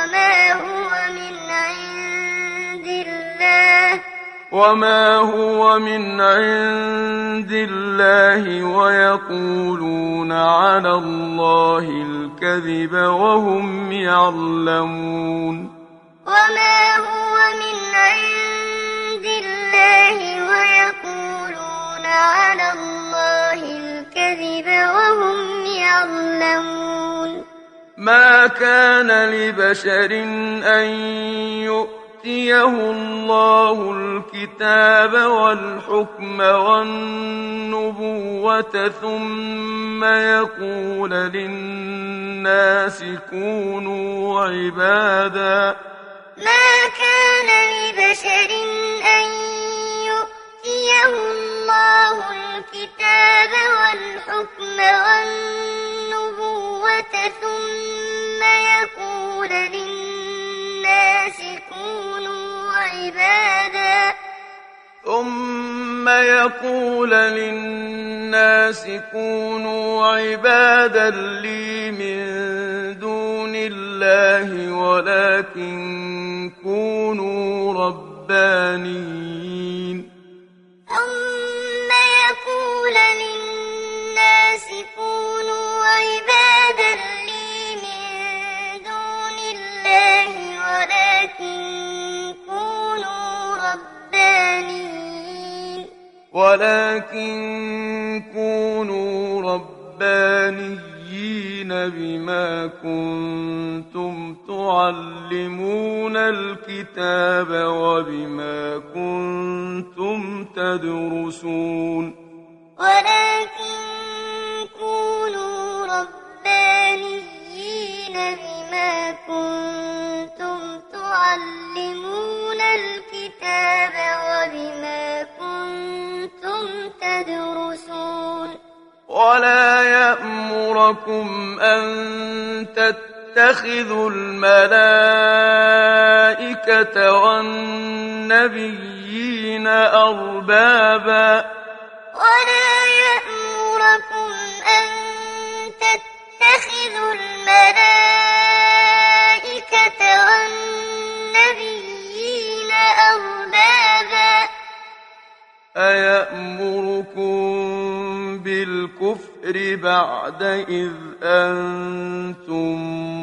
وما هو من عند الله ويقولون على الله الكذب وهم يعلمون وما هو من عند الله ويقولون على الله الكذب وهم يعلمون ما كان لبشر أن يؤتيه الله الكتاب والحكم والنبوة ثم يقول للناس كونوا عبادا ما كان لبشر أن يؤتيه الله الكتاب والحكم والنبوة ثم يقول للناس كونوا عبادا لي من دون لله ولكن كونوا ربانيين ثم يقول للناس كونوا عبادا لي من دون الله ولكن كونوا ربانيين بما كنتم تعلمون الكتاب وبما كنتم تدرسون ولكن كونوا ربانيين بما كنتم تعلمون الكتاب وبما كنتم تدرسون ولا يأمركم أن تتخذوا الملائكة والنبيين أربابا ولا يأمركم أن تتخذوا الملائكة والنبيين أربابا أيأمركم بالكفر بعد إذ أنتم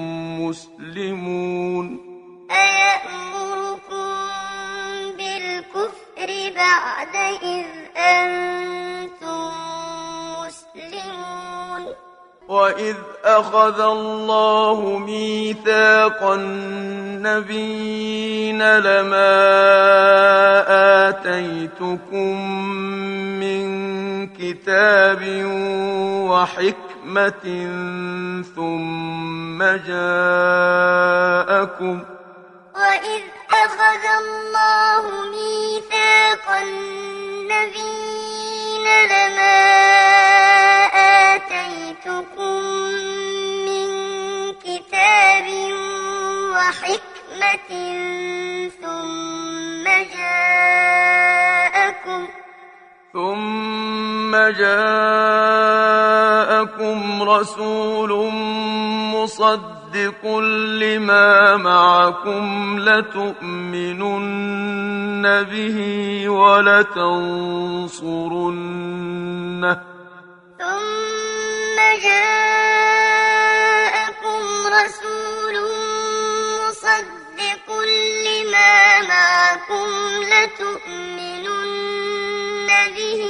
مسلمون أيأمركم بالكفر بعد إذ أنتم مسلمون وإذ أخذ الله ميثاق النبيين لما آتيتكم من كتاب وحكمة ثم جاءكم وإذ أخذ الله ميثاق النبيين لما آتيتكم من كتاب وحكمة ثم جاءكم رسول مصدق لما معكم لتؤمنن به ولتنصرنه ثم جاءكم رسول مصدق لما معكم لتؤمنن به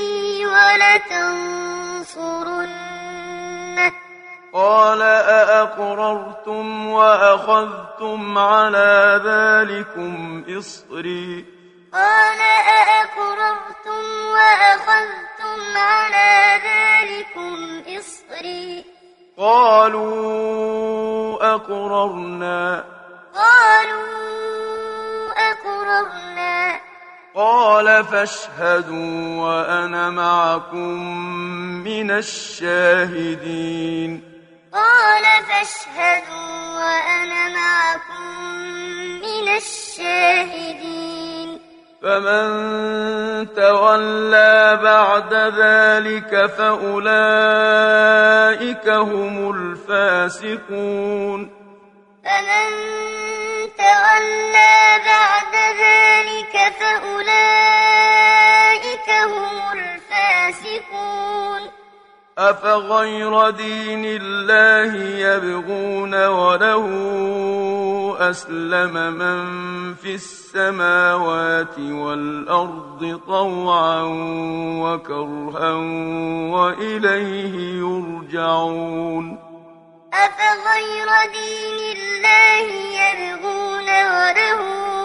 ولتنصرنه قال أأقررتم وأخذتم على ذلكم إصري قال أأقررتم وأخذتم على ذلكم إصري قالوا أقررنا قال فاشهدوا وأنا معكم من الشاهدين قال فاشهدوا وأنا معكم من الشاهدين فمن تولى بعد ذلك فأولئك هم الفاسقون فمن تولى بعد ذلك فأولئك هم الفاسقون أفغير دين الله يبغون وله أسلم من في السماوات والأرض طوعا وكرها وإليه يرجعون أفغير دين الله يبغون وله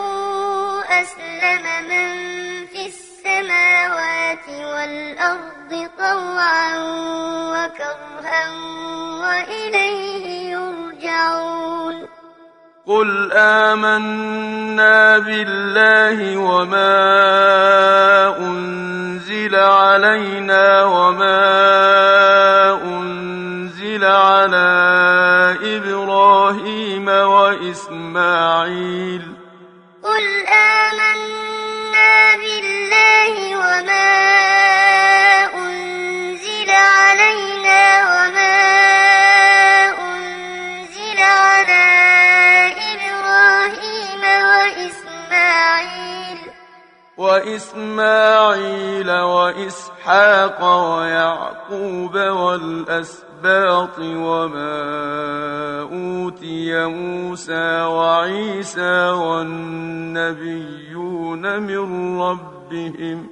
أسلم من في السماوات والأرض طوعا وكرها وإليه يرجعون قل آمنا بالله وما أنزل علينا وما أنزل على إبراهيم وإسماعيل قل آمنا بالله وما أنزل علينا وما أنزل على وإسماعيل وإسحاق ويعقوب والأسباط وما أوتي موسى وعيسى والنبيون من ربهم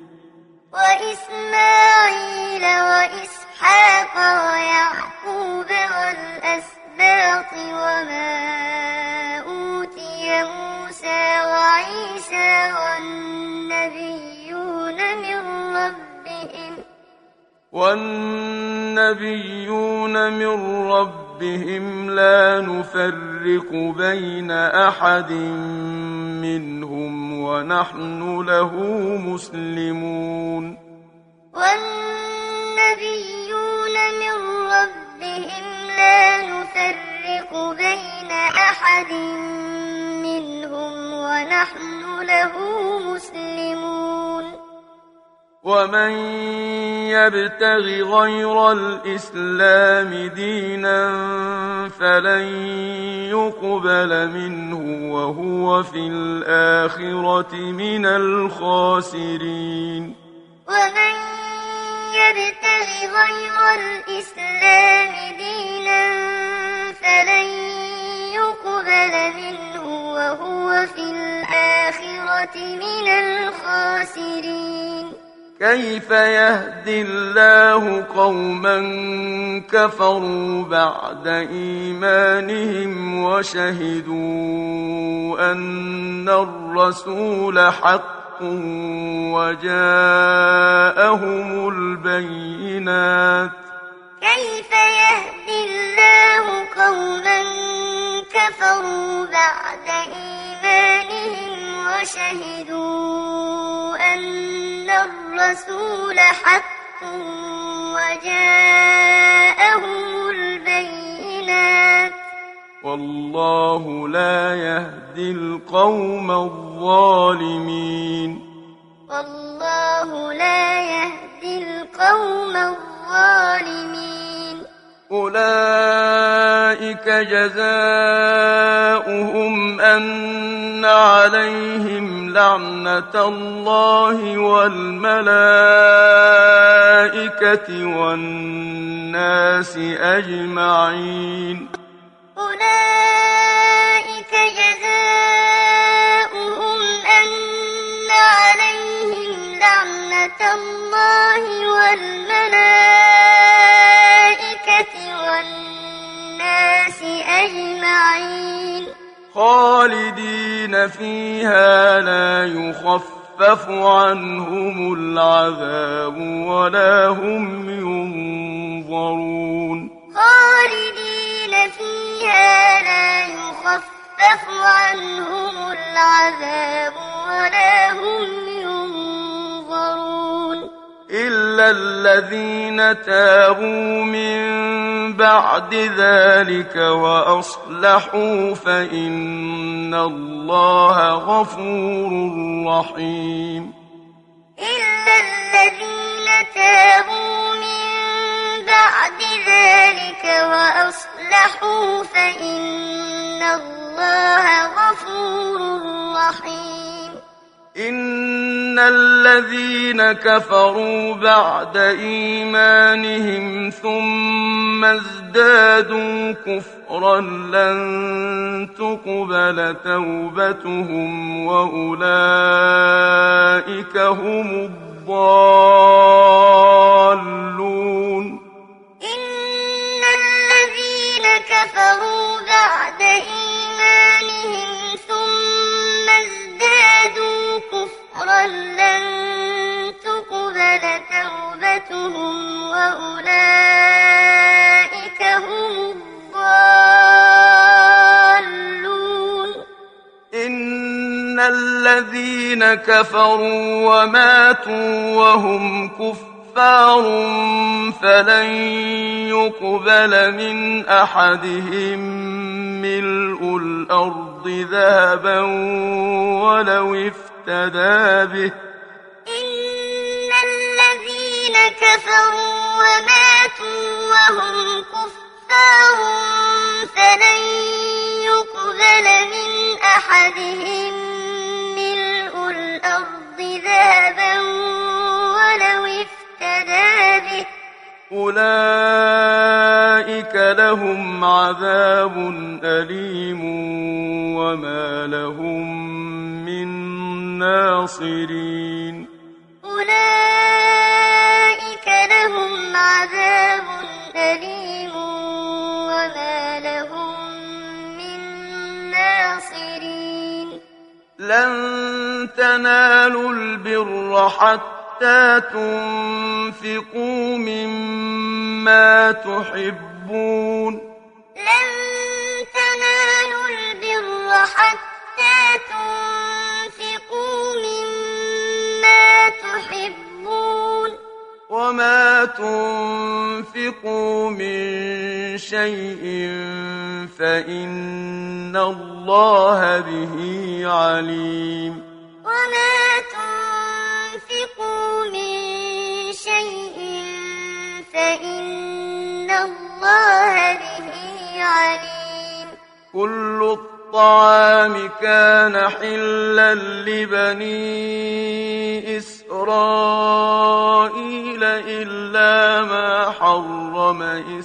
وإسماعيل وإسحاق ويعقوب والأسباط وما أوتي موسى وعيسى والنبيون من ربهم لا نفرق بين أحد منهم ونحن له مسلمون والنبيون من ربهم لا نفرق بين أحد منهم ونحن له مسلمون ومن يبتغ غير الإسلام دينا فلن يقبل منه وهو في الآخرة من الخاسرين ومن يبتغ غير الإسلام دينا فلن يقبل منه وهو في الآخرة من الخاسرين كيف يهدي الله قوما كفروا بعد إيمانهم وشهدوا أن الرسول حق وجاءهم البينات كيف يهدي الله قوما كفروا بعد إيمانهم وشهدوا أن الرسول حق وجاءهم البينات والله لا يهدي القوم الظالمين والله لا يهدي القوم الظالمين أولئك جزاؤهم أن عليهم لعنة الله والملائكة والناس أجمعين أولئك جزاؤهم أن عليهم لعنة الله والملائكة والناس أجمعين خالدين فيها لا يخفف عنهم العذاب ولا هم ينظرون خالدين فيها لا يخفف عنهم العذاب ولا هم ينظرون إلا الذين تابوا من بعد ذلك وأصلحوا فإن الله غفور رحيم إلا الذين تابوا من بعد ذلك وأصلحوا فإن الله غفور رحيم إن الذين كفروا بعد إيمانهم ثم ازدادوا كفرا لن تقبل توبتهم وأولئك هم الضالون إن الذين كفروا بعد إيمانهم ثم ازدادوا كفرا لن تقبل توبتهم وأولئك هم الضالون إن الذين كفروا وماتوا وهم كفار فلن يقبل من أحدهم ملء الأرض ذهبا ولو افتدى به إن الذين كفروا وماتوا وهم كفار فلن يقبل من أحدهم ملء الأرض ذهبا أولئك لهم عذاب أليم وما لهم من ناصرين أولئك لهم عذاب أليم وما لهم من ناصرين لن تنالوا البر حتى تنفقوا مما تحبون لن تنالوا البر حتى تنفقوا مما تحبون وما تنفقوا من شيء فإن الله به عليم وما تنفقوا من شيء فإن الله به عليم كل الطعام كان حلا لبني إسرائيل إلا ما حرم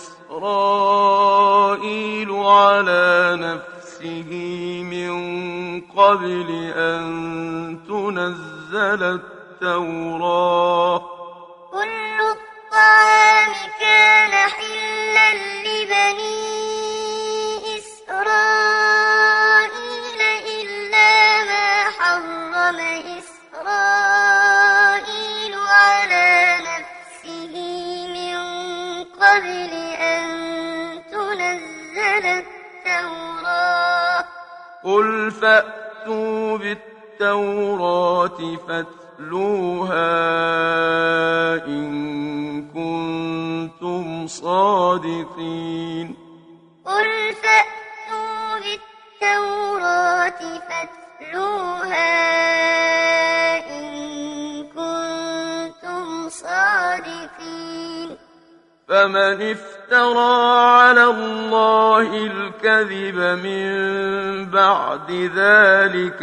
إسرائيل على نفسه من قبل أن تنزل التوراة كل الطعام كان حلا لبني إسرائيل إلا ما حرم إسرائيل على نفسه من قبل أن تنزل التوراة قل فأتوا بالتوراة فاتلوها إن كنتم صادقين قل فأتوا بالتوراة فاتلوها إن كنتم صادقين فمن افترى على الله الكذب من بعد ذلك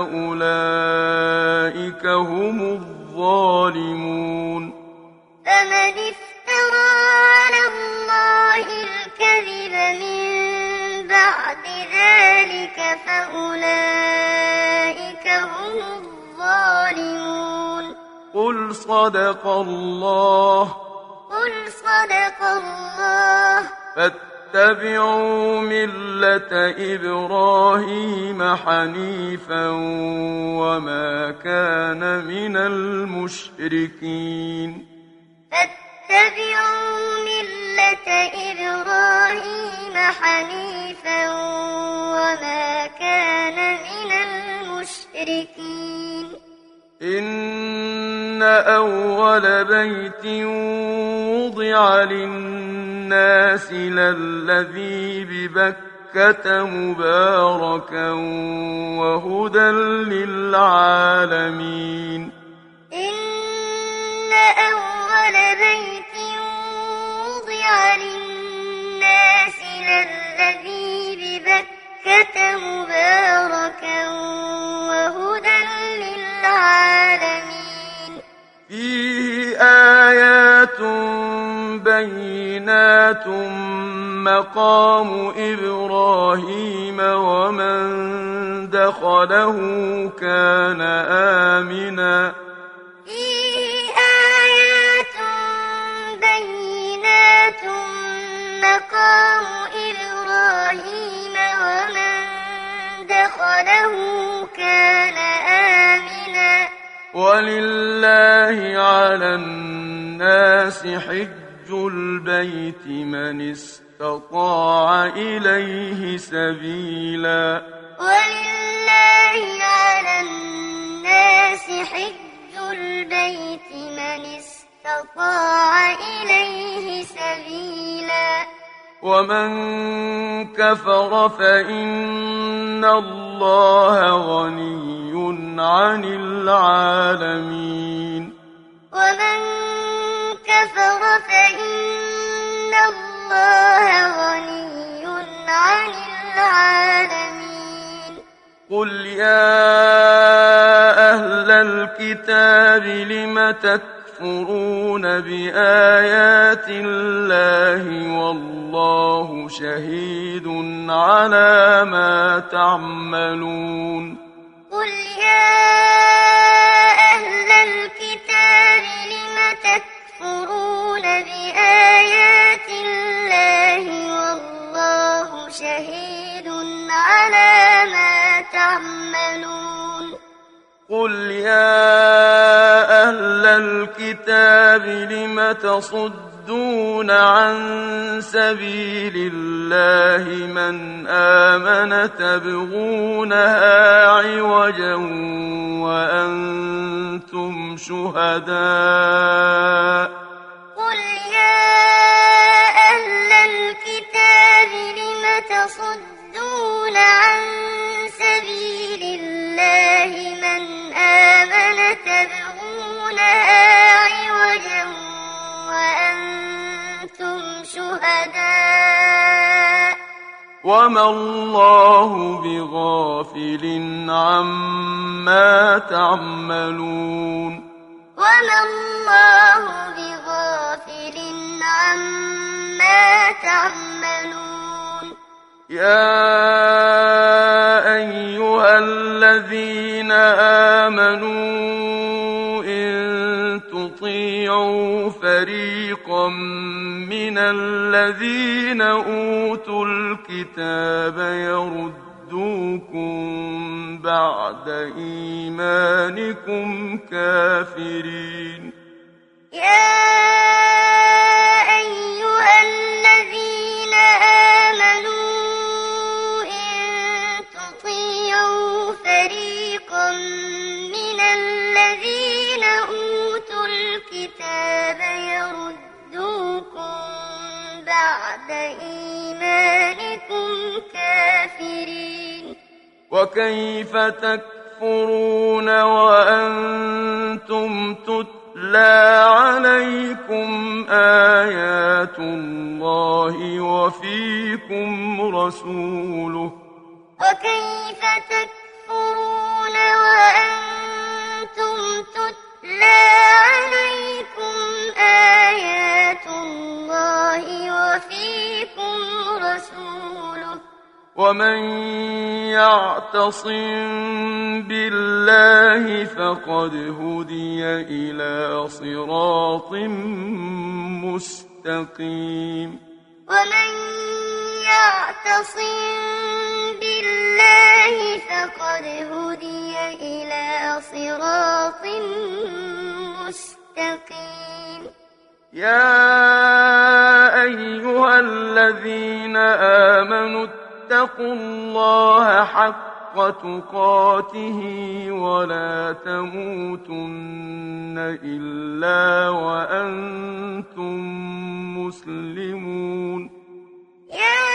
فأولئك هم الظالمون فمن افترى على الله الكذب من بعد ذلك فأولئك هم الظالمون قل صدق الله قل صدق الله فاتبعوا ملة إبراهيم حنيفا وما كان من المشركين فاتبعوا ملة إبراهيم حنيفا وما كان من المشركين إن أول بيت وضع للناس للذي ببكة مباركا وهدى للعالمين إن أول بيت وضع للناس للذي ببكة مباركا وهدى للعالمين فيه آيات بينات مقام إبراهيم ومن دخله كان آمنا فيه آيات بينات مقام إبراهيم ومن دخله كان آمنا ولله على الناس حج البيت من استطاع إليه سبيلا ولله على الناس حج البيت من استطاع إليه سبيلا ومن كفر فإن الله غني عن العالمين ومن كفر فإن الله غني عن العالمين قل يا أهل الكتاب لم تكفرون تكفرون بآيات الله والله شهيد على ما تعملون قل يا أهل الكتاب لم تكفرون بآيات الله والله شهيد على ما تعملون قل يا أهل الكتاب لم تصدون عن سبيل الله من آمن تبغونها عوجا وأنتم شهداء قل يا أهل الكتاب لم تصدون عن سبيل الله من آمن تبغونها عوجا وأنتم شهداء وما الله بغافل عما تعملون وما الله بغافل عما تعملون يا أيها الذين آمنوا إن تطيعوا فريقا من الذين أوتوا الكتاب يردوكم بعد إيمانكم كافرين يا أيها الذين آمنوا إن تطيعوا فريقا من الذين أوتوا الكتاب يردوكم بعد إيمانكم كافرين وكيف تكفرون وأنتم تتلى عليكم آيات الله وفيكم رسوله وكيف تكفرون وأنتم تتلى عليكم آيات الله وفيكم رسوله ومن يعتصم بالله فقد هدي إلى صراط مستقيم ومن يعتصم بالله فقد هدي إلى صراط مستقيم يا أيها الذين آمنوا اتقوا الله حق تقاته ولا تموتن إلا وأنتم مسلمون يا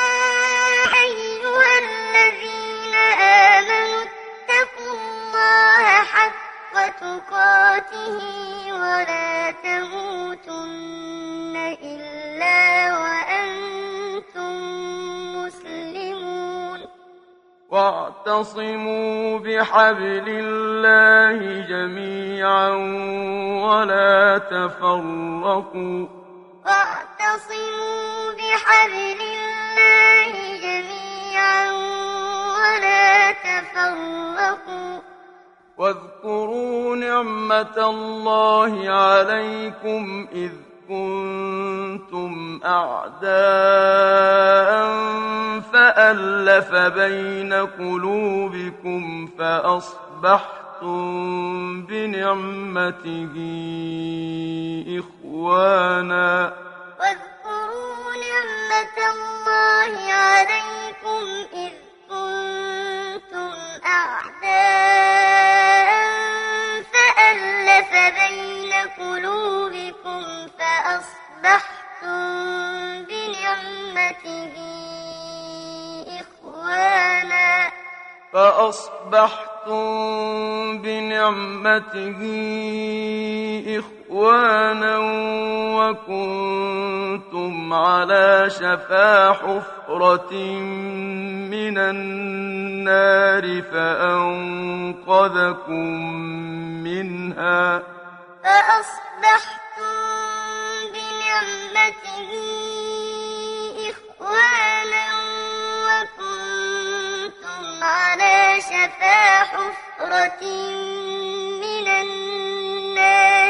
أيها الذين آمنوا اتقوا الله حق تقاته ولا تموتن إلا وأنتم مسلمون واعتصموا بحبل الله جميعا ولا تفرقوا واعتصموا بحبل الله جميعا ولا تفرقوا واذكروا نعمة الله عليكم إذ كنتم أعداء فألف بين قلوبكم فأصبحتم بنعمته إخوانا واذكروا نعمة الله عليكم إذ كنتم أعداء فألف بين قلوبكم فأصبحتم بنعمته إخوانا وكنتم على شفا حفرة من النار فأنقذكم منها فأصبحتم بنعمته إخوانا وكنتم على شفا حفرة من النار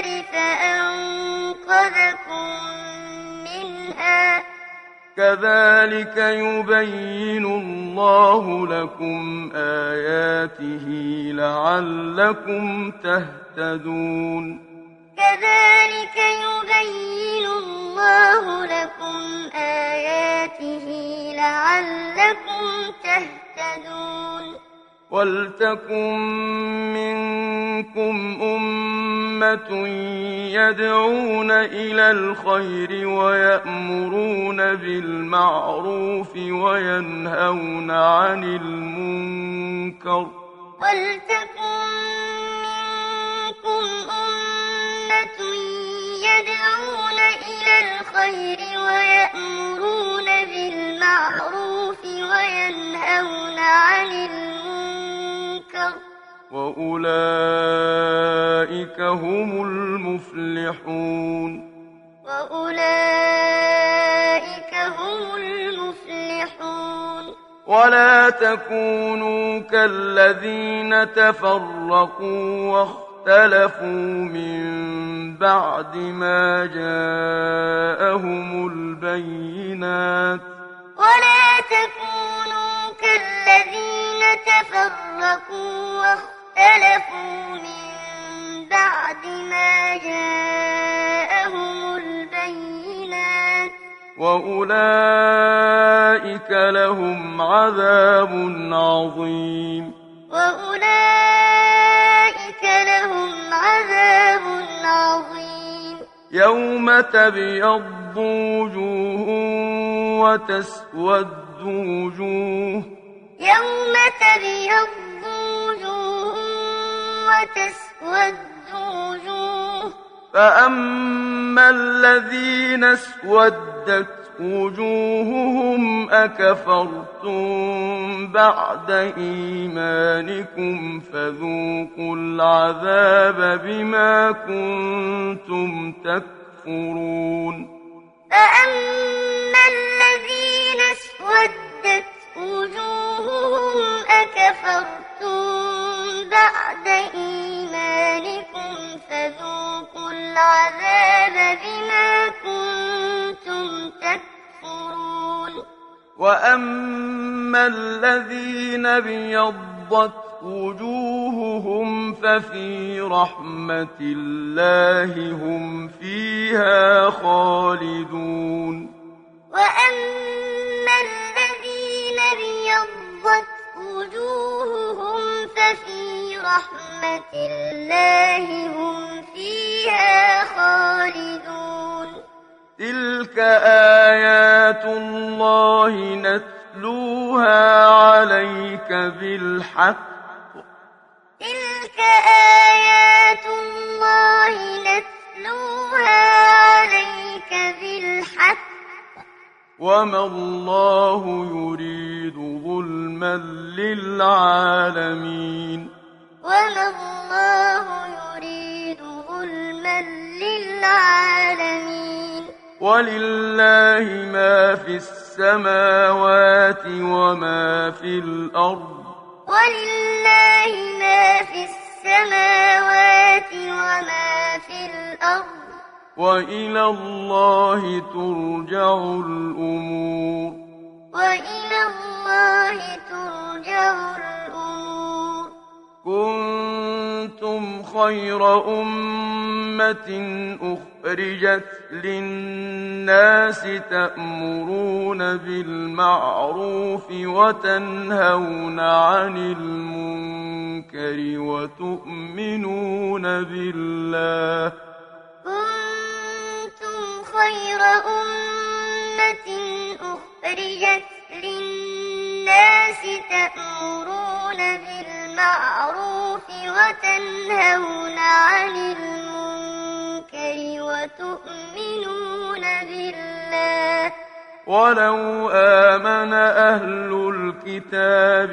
فأنقذكم منها كذلك يبين الله لكم آياته لعلكم تهتدون كذلك يبين الله لكم آياته لعلكم تهتدون ولتكن منكم أمة يدعون إلى الخير ويأمرون بالمعروف وينهون عن المنكر ولتكن منكم أمة يدعون إلى الخير ويأمرون بالمعروف وينهون عن المنكر وأولئك هم المفلحون وأولئك هم المفلحون ولا تكونوا كالذين تفرقوا واختلفوا من بعد ما جاءهم البينات ولا تكونوا كالذين تفرقوا واختلفوا من بعد ما جاءهم البينات وأولئك لهم عذاب عظيم وأولئك لهم عذاب عظيم يوم تبيض وجوه وتسود وجوه يوم تبيض وجوه وتسود وجوه فأما الذين اسودت وجوههم أكفرتم بعد إيمانكم فذوقوا العذاب بما كنتم تكفرون فأما الذين اسودت وجوههم أكفرتم بعد إيمانكم فذوقوا العذاب بما كنتم تكفرون وأما الذين ابيضت وجوههم ففي رحمة الله هم فيها خالدون وأما الذين ابيضت وجوههم ففي رحمة الله هم فيها خالدون تلك آيات الله نتلوها عليك بالحق تلك آيات الله نتلوها عليك بالحق وما الله يريد ظلما للعالمين وما الله يريد ظلما للعالمين ولله ما في السماوات وما في الأرض ولله ما في السماوات وما في الأرض وإلى الله ترجع الأمور وإلى الله ترجع الأمور كنتم خير أمة أخرجت للناس تأمرون بالمعروف وتنهون عن المنكر وتؤمنون بالله كنتم خير أمة أخرجت للناس تأمرون بالمعروف وتنهون عن المنكر وتؤمنون بالله ولو آمن أهل الكتاب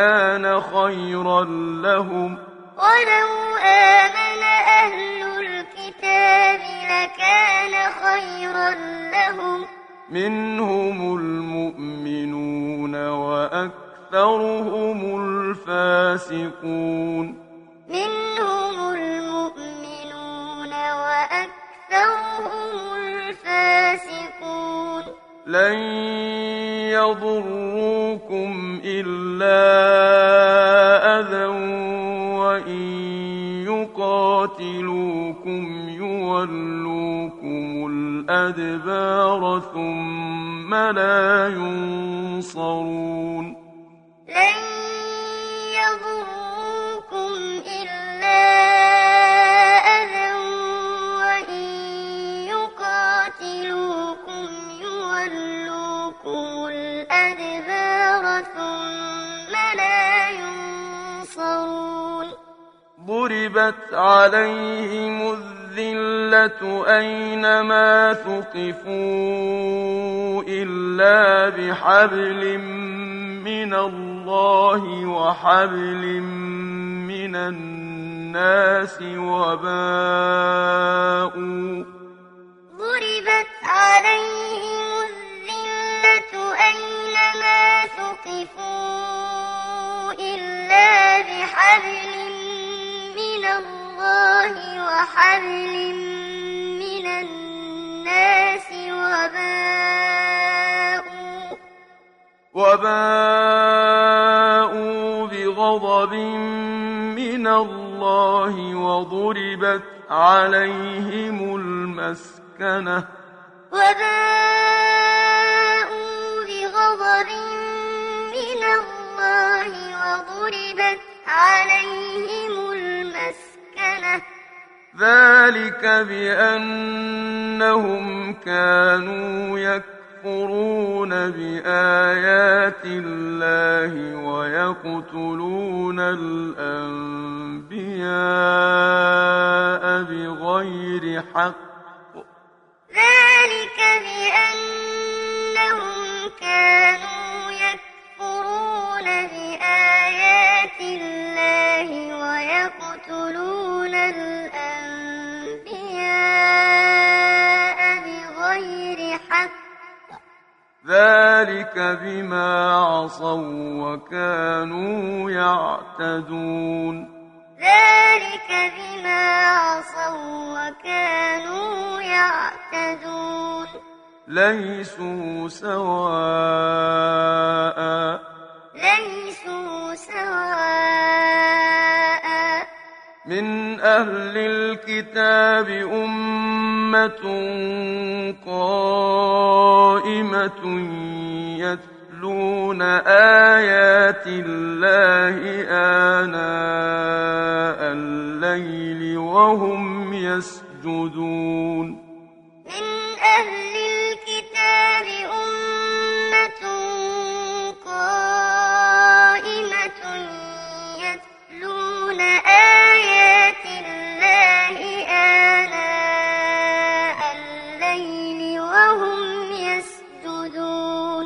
لكان خيرا لهم ولو آمن أهل الكتاب الكتاب لكان خيرا لهم منهم المؤمنون وأكثرهم الفاسقون منهم المؤمنون وأكثرهم الفاسقون لن يضروكم إلا أذى وإن يقاتلوكم يولوكم الأدبار ثم لا ينصرون لن يضروكم إلا أذى وإن يقاتلوكم يولوكم الأدبار ثم لا ينصرون ضربت عليهم الذلة أينما ثقفوا إلا بحبل من الله وحبل من الناس ضربت عليهم الذلة أينما ثقفوا إلا بحبل من الله وحبل من الناس وباءوا بغضب من الله وضربت عليهم المسكنة وباءوا بغضب من الله وضربت عليهم المسكنة ذلك بأنهم كانوا يكفرون بآيات الله ويقتلون الأنبياء بغير حق ذلك بأنهم كانوا يكفرون بآيات الله ويقتلون الأنبياء بغير حق ذلك بما عصوا وكانوا يعتدون ذلك بما عصوا وكانوا يعتدون ليسوا سواء من أهل الكتاب أمة قائمة يتلون آيات الله آناء الليل وهم يسجدون من أهل الكتاب أمة قائمة يتلون آيات الله آناء الليل وهم يسجدون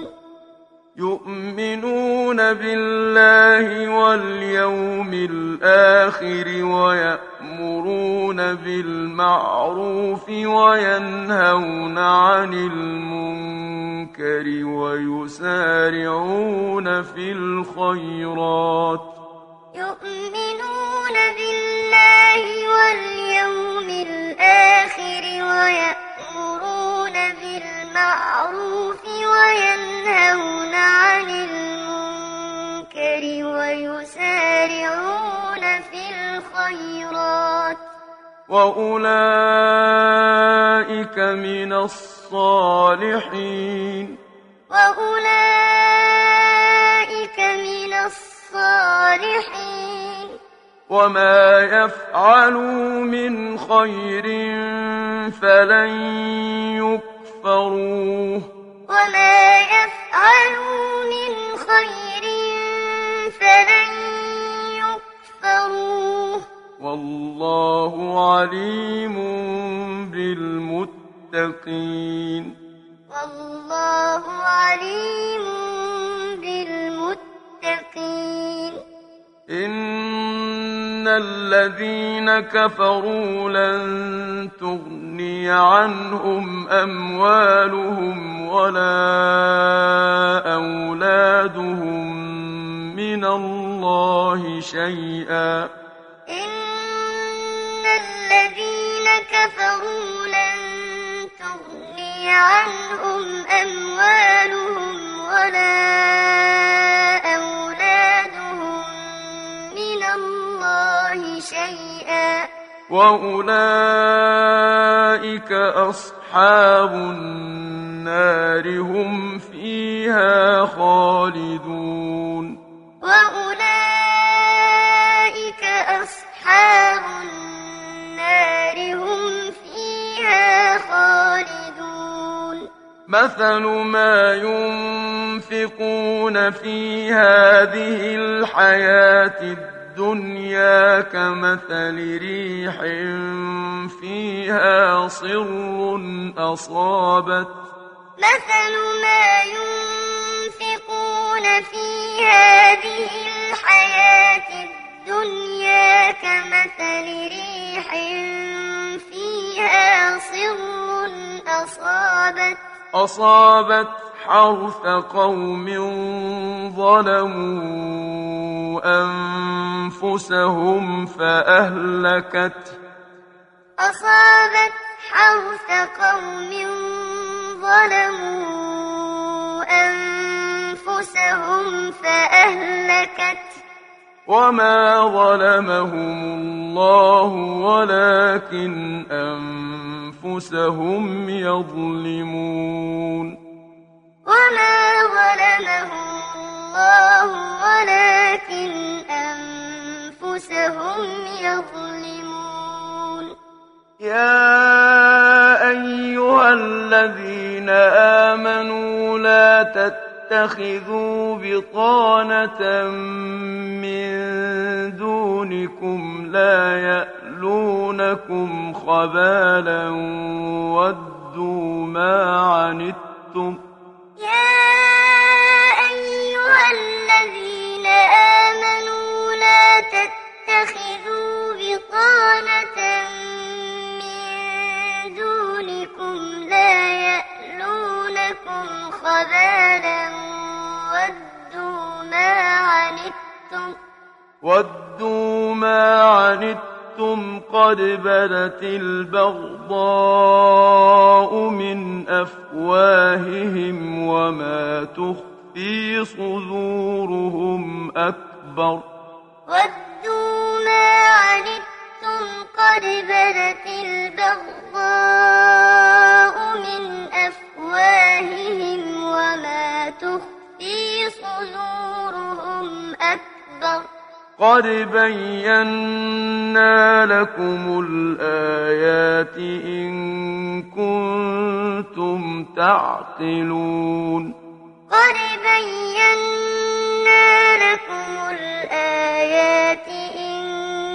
يؤمنون بالله واليوم الآخر ويأمرون بالمعروف وينهون عن المنكر ويسارعون في الخيرات يؤمنون بالله واليوم الآخر ويأمرون بالمعروف وينهون عن المنكر ويسارعون في الخيرات وأولئك من الصالحين وما يفعلوا من خير فلن يكفروه والله عليم بالمتقين والله عليم بالمتقين إن الذين كفروا لن تغني عنهم أموالهم ولا أولادهم من الله شيئا إن الذين كفروا لن تغني عنهم أموالهم ولا أولادهم من الله شيئا وأولئك أصحاب النار هم فيها خالدون وأولئك أصحاب النار هم فيها خالدون مثل ما ينفقون في هذه الحياة الدنيا كمثل ريح فيها صر أصابت مثل ما ينفقون في هذه الحياة الدنيا كمثل ريح فيها صر أصابت حرث قوم ظلموا أنفسهم فأهلكته أصابت حرث قوم ظلموا أنفسهم فأهلكته وما ظلمهم الله ولكن أنفسهم يظلمون وما ظلمهم الله ولكن أنفسهم يظلمون يا أيها الذين آمنوا لا تتخذوا بطانة من دونكم لا يألونكم خبالا ودوا ما عنتم يا أيها الذين آمنوا لا تتخذوا بطانة من دونكم لا يألونكم خبالا ودوا ما عنتم قد بدت البغضاء من أفواههم وما تخفي صدورهم أكبر ودوا ما عنتم قد بدت البغضاء من أفواههم وما تخفي صدورهم أكبر قد بينا لكم الآيات إن كنتم تعقلون قد بينا لكم الآيات إن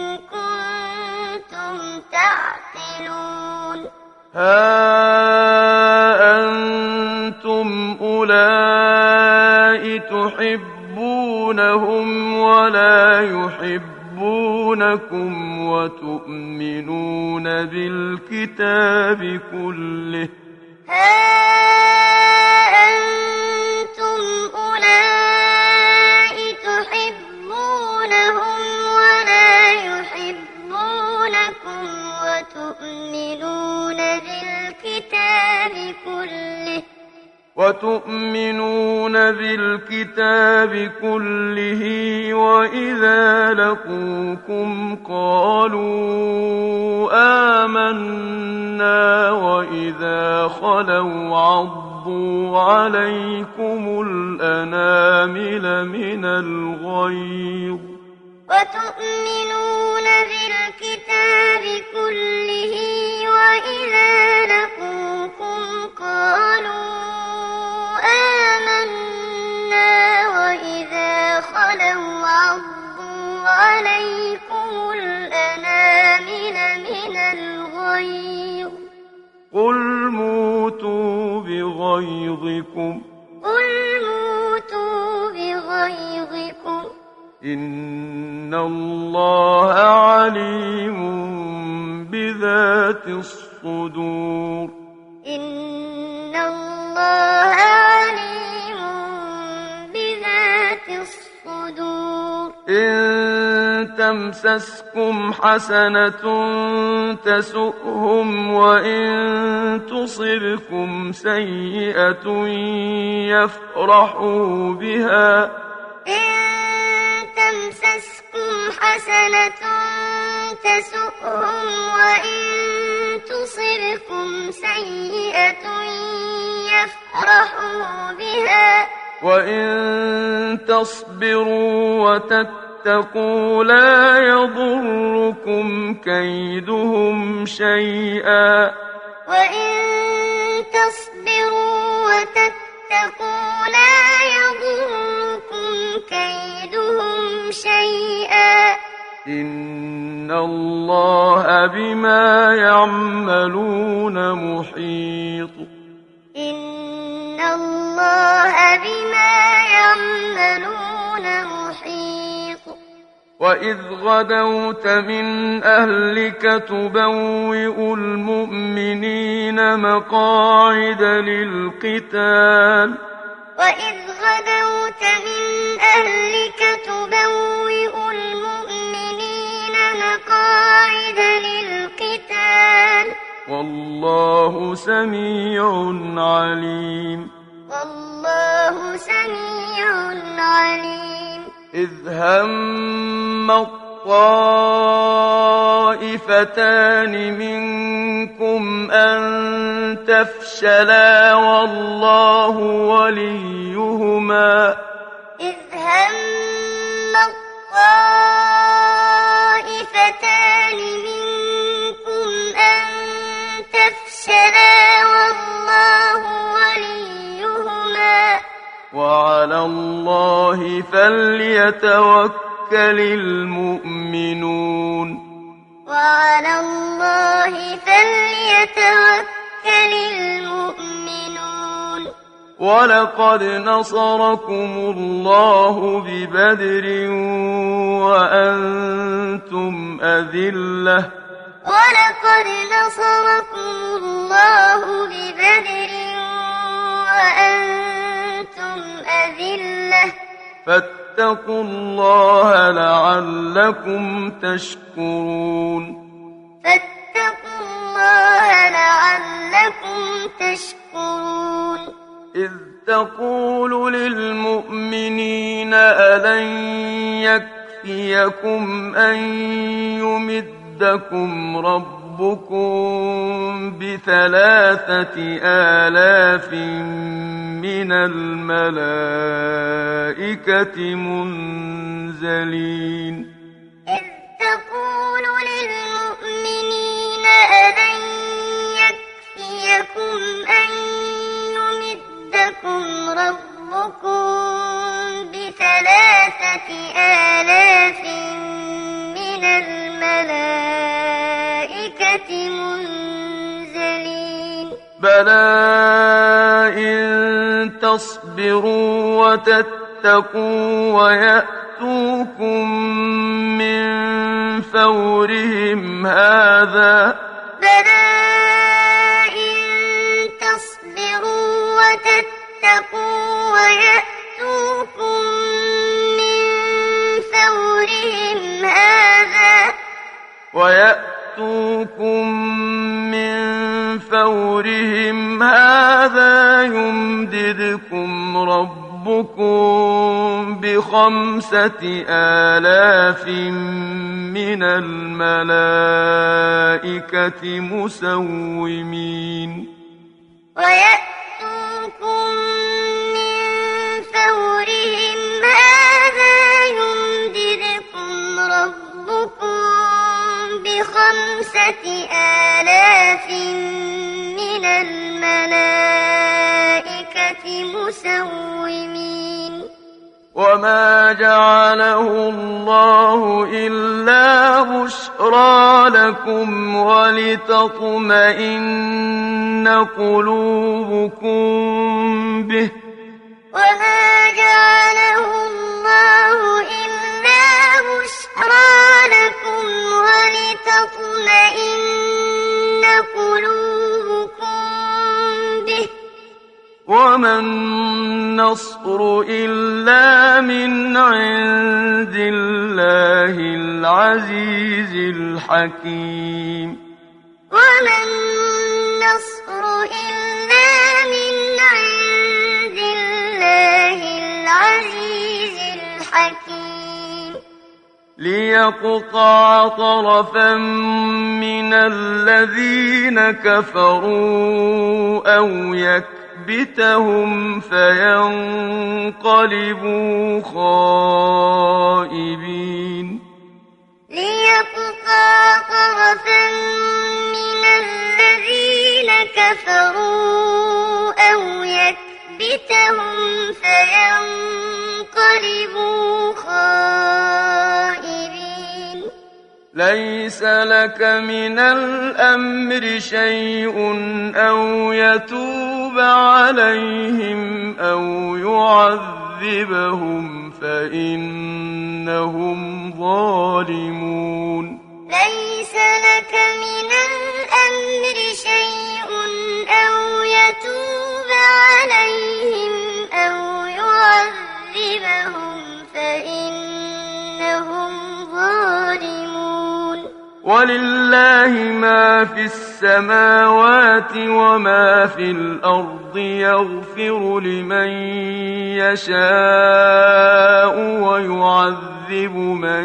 كنتم تعقلون ها أنتم أولئك تحبونهم ولا يحبونكم وتؤمنون بالكتاب كله ها أنتم أولئك تحبونهم ولا يحبونكم وتؤمنون بالكتاب كله وإذا لقوكم قالوا آمنا وإذا خلوا عضوا عليكم الأنامل من الغيظ وتؤمنون بالكتاب كله وإذا لقوكم قالوا آمنا وإذا خلوا عضوا عليكم الأنامل من الغيظ قل موتوا بغيظكم إن الله عليم بذات الصدور إن الله عليم بذات الصدور إن تمسسكم حسنة تسؤهم وإن تصبكم سيئة يفرحوا بها إن تمسسكم حسنة تسؤهم وإن تصبكم سيئة يفرحوا بها وإن تصبروا وتتقوا لا يضركم كيدهم شيئا وإن تصبروا وتتقوا لا يضركم كيدهم شيئا إن الله بما يعملون محيط إن الله بما يعملون محيط وإذ غدوت من أهلك تبوئ المؤمنين مقاعد للقتال وإذ غدوت من أهلك تبوئ المؤمنين مقاعد للقتال والله سميع عليم والله سميع عليم إذ هم الطائفتان منكم أن تفشلا والله وليهما إذ هم الطائفتان منكم أن تفشلا والله وليهما وعلى الله فليتوكل المؤمنون وعلى الله فليتوكل المؤمنون ولقد نصركم الله ببدر وأنتم أذلة ولقد نصركم الله ببدر وأنتم أذلة فاتقوا الله لعلكم تشكرون فاتقوا الله لعلكم تشكرون إذ تقول للمؤمنين ألن يكفيكم أن يمدكم ربكم ب3,000 من الملائكة منزلين إذ تقول للمؤمنين ألن يكفيكم أن يمدكم ربكم ب3,000 من الملائكة منزلين بلى إن تصبروا وتتقوا ويأتوكم من فورهم هذا بلى إن تصبروا وتتقوا ويأتوكم من فورهم هذا يمددكم ربكم ب5,000 من الملائكة مسومين ويأتوكم من فورهم هذا يمددكم ربكم ب5,000 من الملائكة مسومين وما جعله الله إلا بشرى لكم ولتطمئن قلوبكم به وما جعله الله إلا وما النصر إلا من عند الله العزيز الحكيم وما النصر إلا من عند الله العزيز الحكيم ليقطع طرفا من الذين كفروا أو يكبتهم فينقلبوا خائبين ليقطع طرفا من الذين كفروا أو يكبتهم فينقلبوا خائبين ليس لك من الأمر شيء أو يتوب عليهم أو يعذبهم فإنهم ظالمون ليس لك من الأمر شيء أو يتوب عليهم أو يعذبهم فإنهم ظالمون ولله ما في السماوات وما في الأرض يغفر لمن يشاء ويعذب من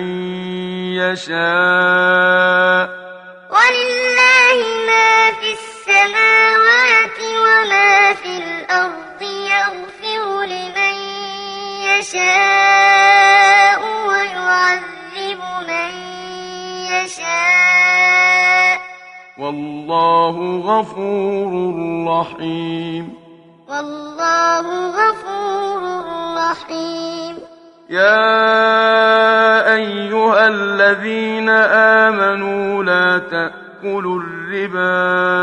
يشاء ولله ما في السماوات وما في الأرض يغفر لمن يشاء ويعذب من يشاء والله غفور رحيم والله غفور رحيم يا أيها الذين آمنوا لا تأكلوا الربا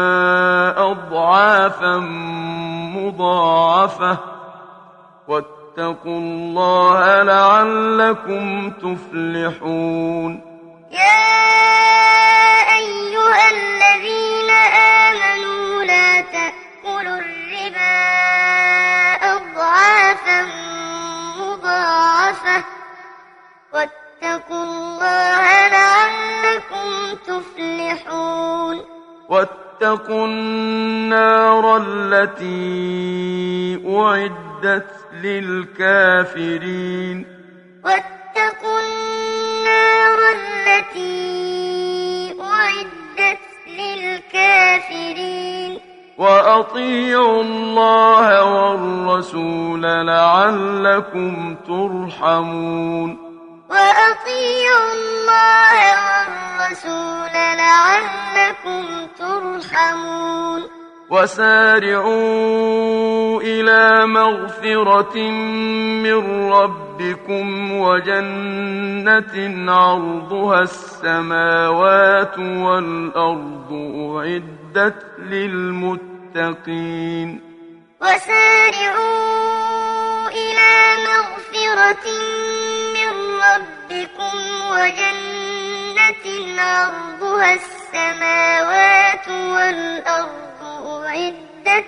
أضعافا مضاعفة واتقوا الله لعلكم تفلحون يا أيها الذين آمنوا لا تأكلوا الربا أضعافا مضاعفة واتقوا الله لعلكم تفلحون واتقوا النار التي أعدت للكافرين واتقوا النار التي أعدت للكافرين وأطيعوا الله والرسول لعلكم ترحمون وأطيعوا الله والرسول لعلكم ترحمون وسارعوا إلى مغفرة من ربكم وجنة عرضها السماوات والأرض أعدت للمتقين وسارعوا إلى مغفرة من ربكم وجنة عرضها السماوات والأرض أعدت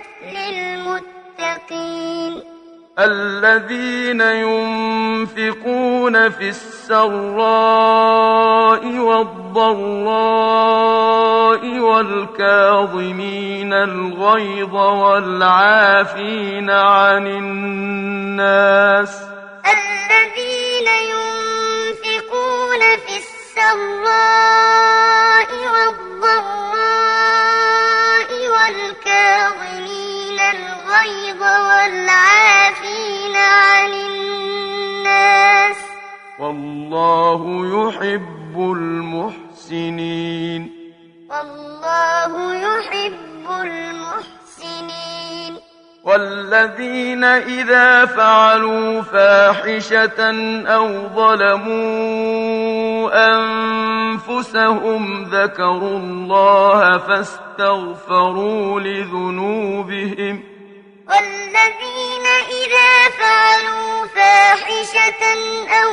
للمتقين الذين ينفقون في السراء والضراء والكاظمين الغيظ والعافين عن الناس الذين ينفقون في السراء والضراء والكاظمين الغيظ والعافين عن الناس والله يحب المحسنين والله يحب المحسنين والذين إذا فعلوا فاحشة أو ظلموا أنفسهم ذكروا الله فاستغفروا لذنوبهم والذين إذا فعلوا فاحشة أو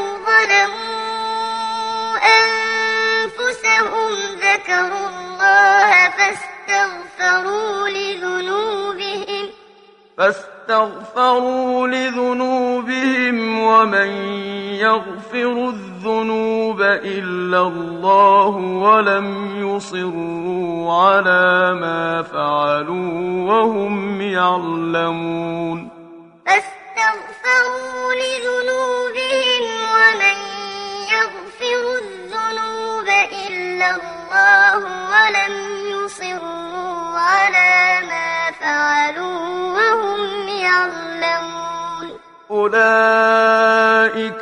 ظلموا أنفسهم ذكروا الله فاستغفروا لذنوبهم فاستغفروا لذنوبهم ومن يغفر الذنوب إلا الله ولم يصروا على ما فعلوا وهم يعلمون فاستغفروا لذنوبهم ومن يغفر الذنوب إلا الله ولم يصروا على ما فعلوا وهم يعلمون أولئك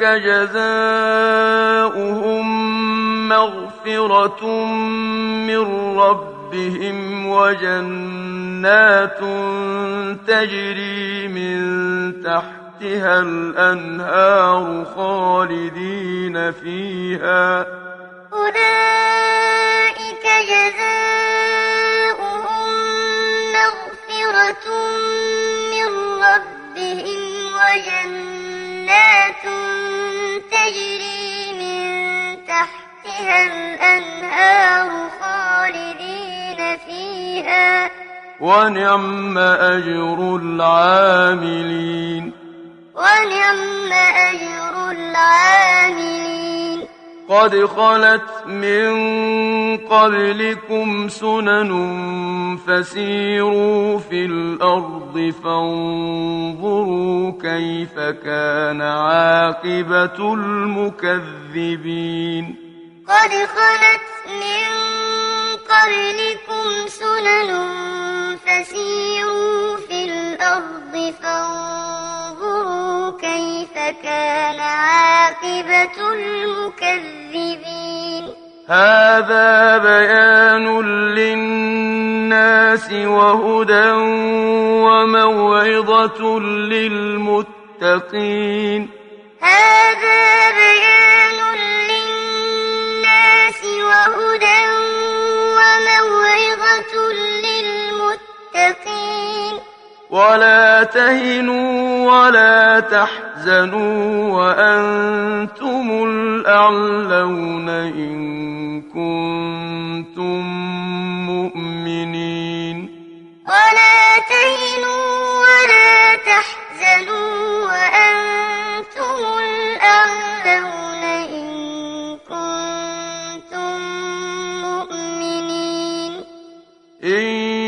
جزاؤهم مغفرة من ربهم وجنات تجري من تحتها الأنهار خالدين فيها أولئك جزاؤهم مغفرة من ربهم وجنات تجري من تحتها الأنهار خالدين فيها ونعم أجر العاملين ونعم أجر العاملين قد خلت من قبلكم سنن فسيروا في الأرض فانظروا كيف كان عاقبة المكذبين قد خلت من قبلكم سنن فسيروا في الأرض فانظروا كيف كان عاقبة المكذبين هذا بيان للناس وهدى وموعظة للمتقين هذا بيان للناس وهدى وموعظة للمتقين ولا تهنوا ولا تحزنوا وأنتم الأعلون إن كنتم مؤمنين ولا تهنوا ولا تحزنوا وأنتم الأعلون إن كنتم مؤمنين إن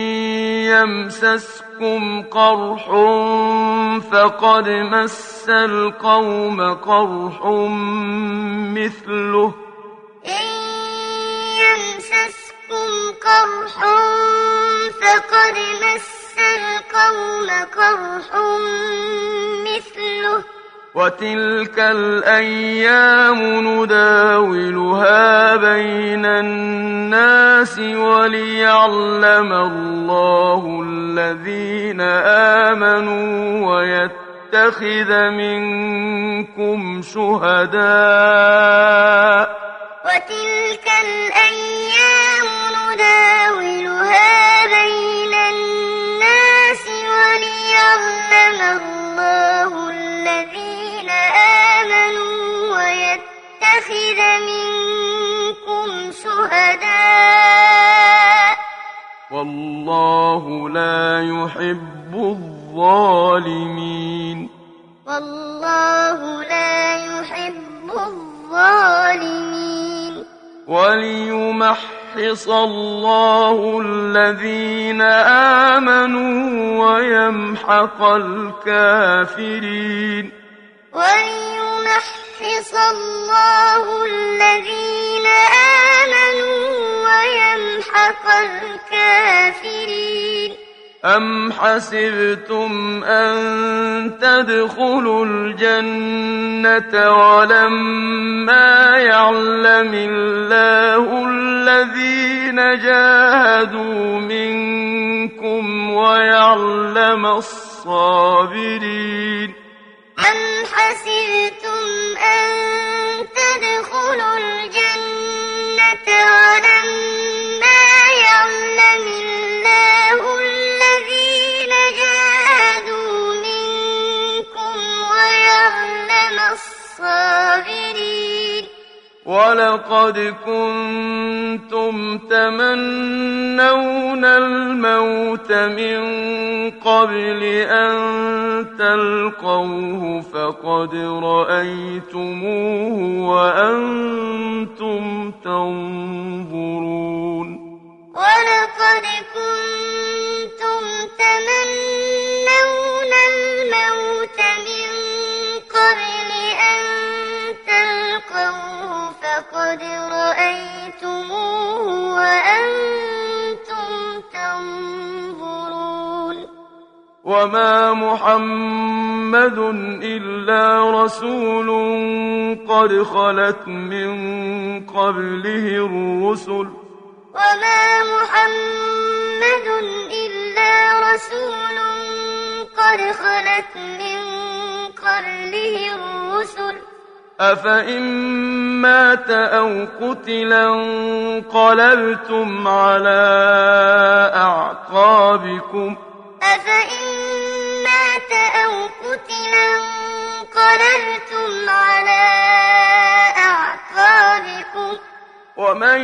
يمسسكم قرح فقد مس القوم قرح مثله إن يمسسكم قرح فقد مس القوم قرح مثله وتلك الأيام نداولها بين الناس وليعلم الله الذين آمنوا ويتخذ منكم شهداء وتلك الأيام نداولها بين الناس وليعلم الله الذين آمنوا ويتخذ منكم شهداء والله لا يحب الظالمين والله لا يحب الظالمين وليمحص الله الذين آمنوا ويمحق الكافرين وليمحص الله الذين آمنوا ويمحق الكافرين أم حسبتم أن تدخلوا الجنة ولما يعلم الله الذين جاهدوا منكم ويعلم الصابرين أم حسبتم أن تدخلوا الجنة ولما يعلم الله الذين جاهدوا منكم ويعلم الصابرين ولقد كنتم تمنون الموت من قبل أن تلقوه فقد رأيتموه وأنتم تنظرون ولقد كنتم تمنون الموت من قبل أن تلقوه فقد رأيتموه وأنتم تنظرون وما محمد إلا رسول قد خلت من قبله الرسل وما محمد إلا رسول قد خلت من قبله الرسل أفإن مات أو قتلا انقلبتم على أعقابكم أفإن مات أو قتلا انقلبتم على أعقابكم ومن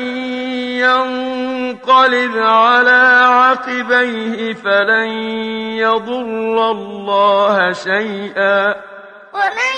ينقلب على عقبيه فلن يضر الله شيئا ومن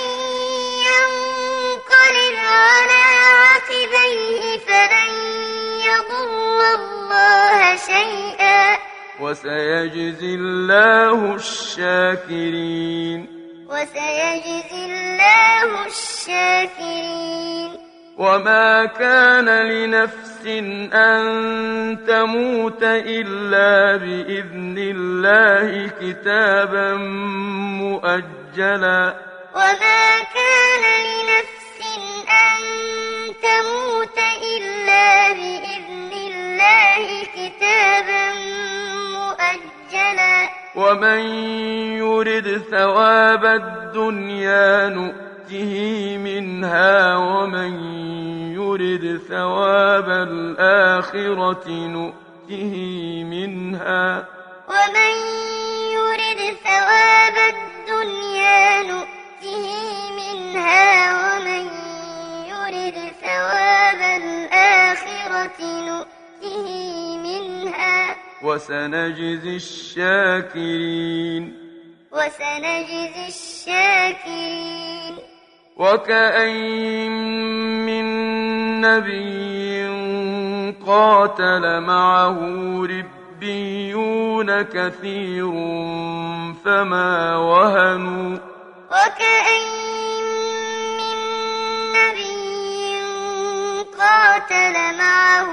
ينقلب على عقبيه فلن يضر الله شيئا وسيجزي الله الشاكرين وسيجزي الله الشاكرين وما كان لنفس أن تموت إلا بإذن الله كتابا مؤجلا وما كان لنفس أن تموت إلا بإذن الله كتابا مؤجلا ومن يرد ثواب الدنيا نؤته منها ومن يرد ثواب الآخرة نؤته منها ومن يرد ثواب الدنيا نؤته منها ومن يرد ثواب الآخرة نؤته منها وسنجزي الشاكرين وسنجزي الشاكرين وكأين من نبي قاتل معه ربيون كثير فما وهنوا وكأين من نبي قاتل معه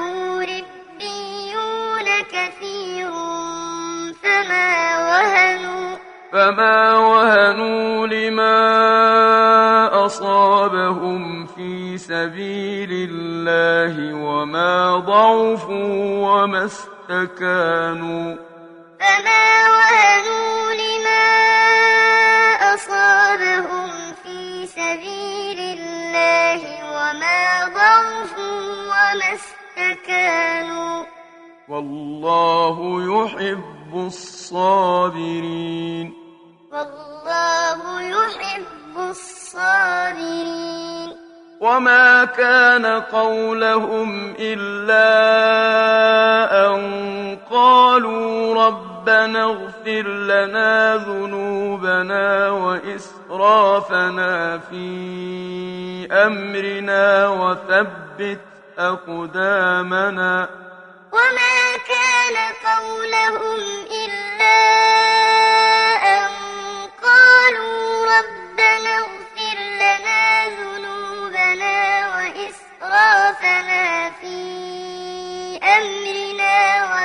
ربيون كثير فما وهنوا لما أصابهم في سبيل الله وما ضعفوا وما استكانوا فما وهنوا لما أصابهم في سبيل الله وما ضعفوا وما استكانوا والله يحب الصابرين والله يحب الصابرين وما كان قولهم إلا أن قالوا ربنا اغفر لنا ذنوبنا وإسرافنا في أمرنا وثبت أقدامنا وما كان قولهم إلا أن قالوا ربنا اغفر لنا ذنوبنا وإسرافنا في أمرنا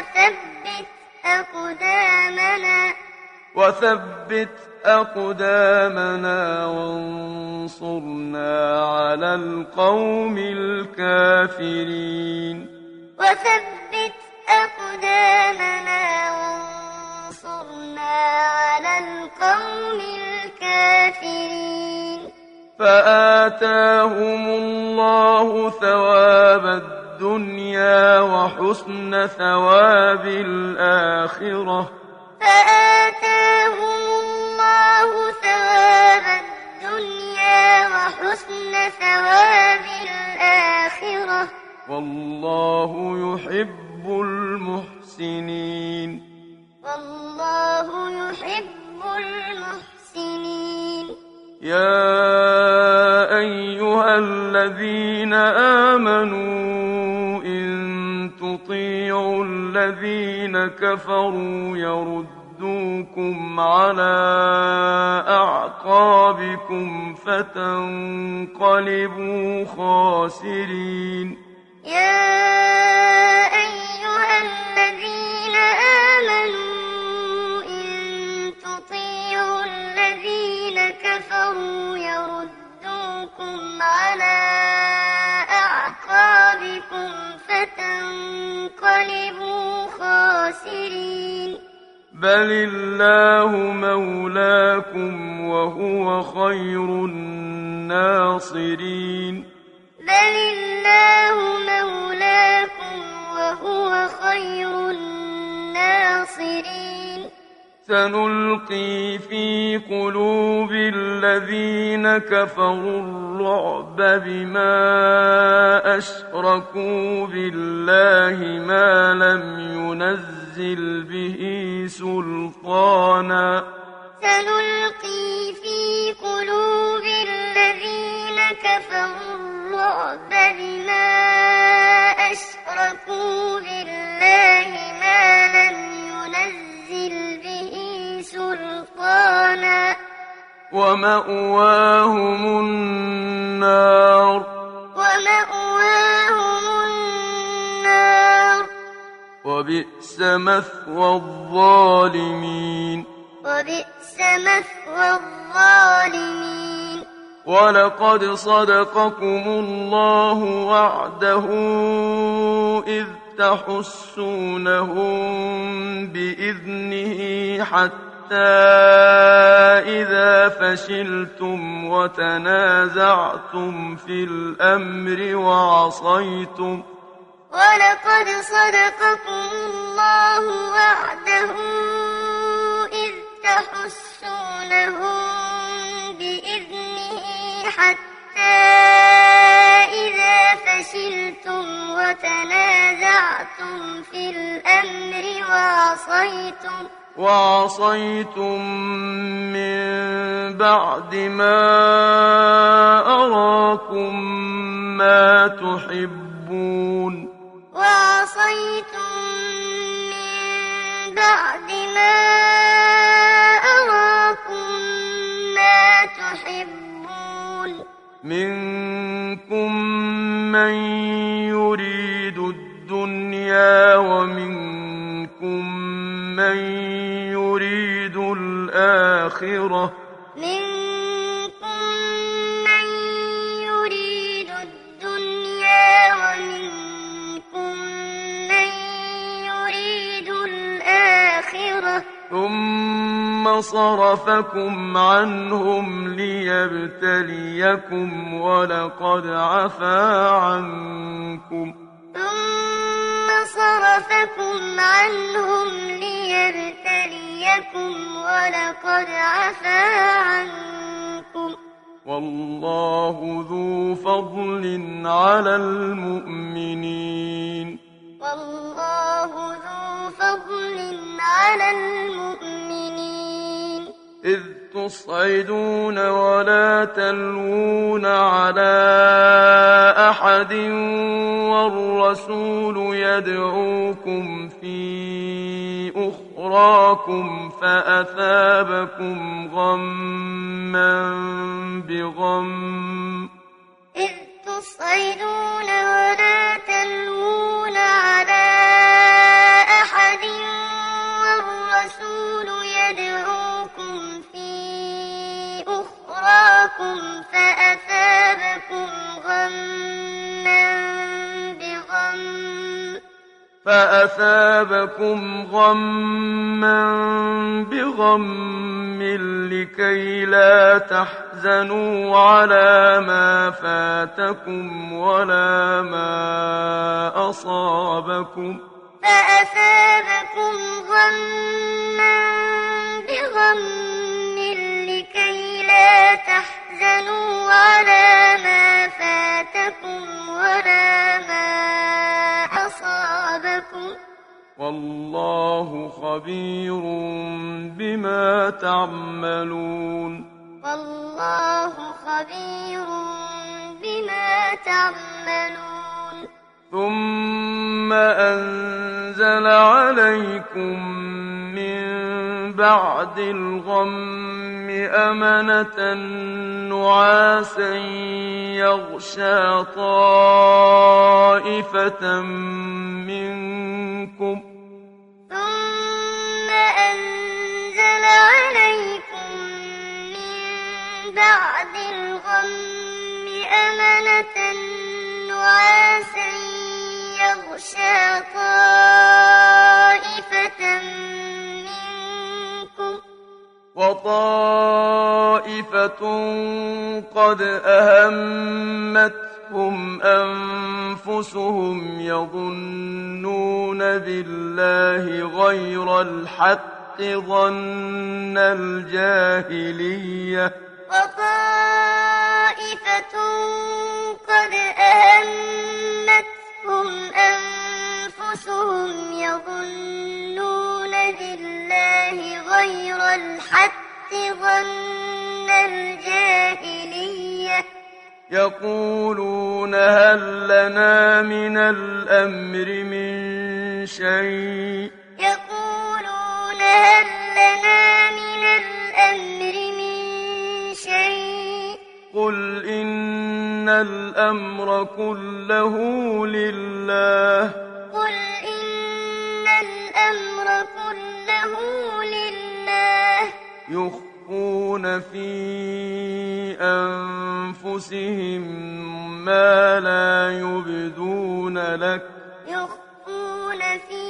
وثبت أقدامنا وانصرنا على القوم الكافرين وثبت أقدامنا وانصرنا على القوم الكافرين فآتاهم الله ثواب الدنيا وحسن ثواب الآخرة فآتاهم الله ثواب الدنيا وحسن ثواب الآخرة والله يحب المحسنين. والله يحب المحسنين. يا أيها الذين آمنوا إن تطيعوا الذين كفروا يردوكم على أعقابكم فتنقلبوا خاسرين. يا أيها الذين آمنوا إن تطيعوا الذين كفروا يردوكم على أعقابكم فتنقلبوا خاسرين. بل الله مولاكم وهو خير الناصرين. بل الله مولاكم وهو خير الناصرين. سنلقي في قلوب الذين كفروا الرعب بما أشركوا بالله ما لم ينزل به سلطانا. سنلقي في قلوب الذين كفروا الرعب بما أشركوا بالله ما لم ينزل به سلطانا. ومأواهم النار. ومأواهم النار. وبئس مثوى الظالمين. وبئس مثوى الظالمين. ولقد صدقكم الله وعده إذ تحسونهم بإذنه حتى إذا فشلتم وتنازعتم في الأمر وعصيتم. ولقد صدقكم الله وعده إذ تحسونهم بإذنه حتى إذا فشلتم وتنازعتم في الأمر وعصيتم من بعد ما أراكم ما تحبون. وعصيتم من بعد ما أراكم ما تحبون. منكم من يريد الدنيا ومنكم من يريد الآخرة. منكم من يريد الدنيا ومنكم من يريد الآخرة. ثم صرفكم عنهم ليبتليكم ولقد عفا عنكم. ثم صرفكم عنهم ليبتليكم ولقد عفا عنكم. والله ذو فضل على المؤمنين. والله ذو فضل على المؤمنين. إذ تصعدون ولا تلوون على أحد والرسول يدعوكم في أخراكم فأثابكم غما بغم. إذ تصعدون ولا تلوون على أحد والرسول يدعوكم في أخراكم فأثابكم غما بغم لكي لا تحزنوا على ما فاتكم ولا ما أصابكم. فأثابكم غما بغم لكي لا تحزنوا على ما فاتكم ولا ما والله خبير بما تعملون والله خبير بما تعملون ثم أنزل عليكم من بعد الغم أمنة نعاسا يغشى طائفة منكم ثم أنزل عليكم من بعد الغم أمنة نعاسا يغشى طائفة منكم وطائفة قد أهمتهم أنفسهم يظنون بالله غير الحق ظن الجاهلية وطائفة قد أهمتهم أنفسهم يظنون بالله غير الحق ظن الجاهلية يقولون هل لنا من الأمر من شيء يقولون هل لنا من الأمر من شيء قل إن الأمر كله لله قل إن الأمر كله لله يخفون في أنفسهم ما لا يبدون لك يخفون في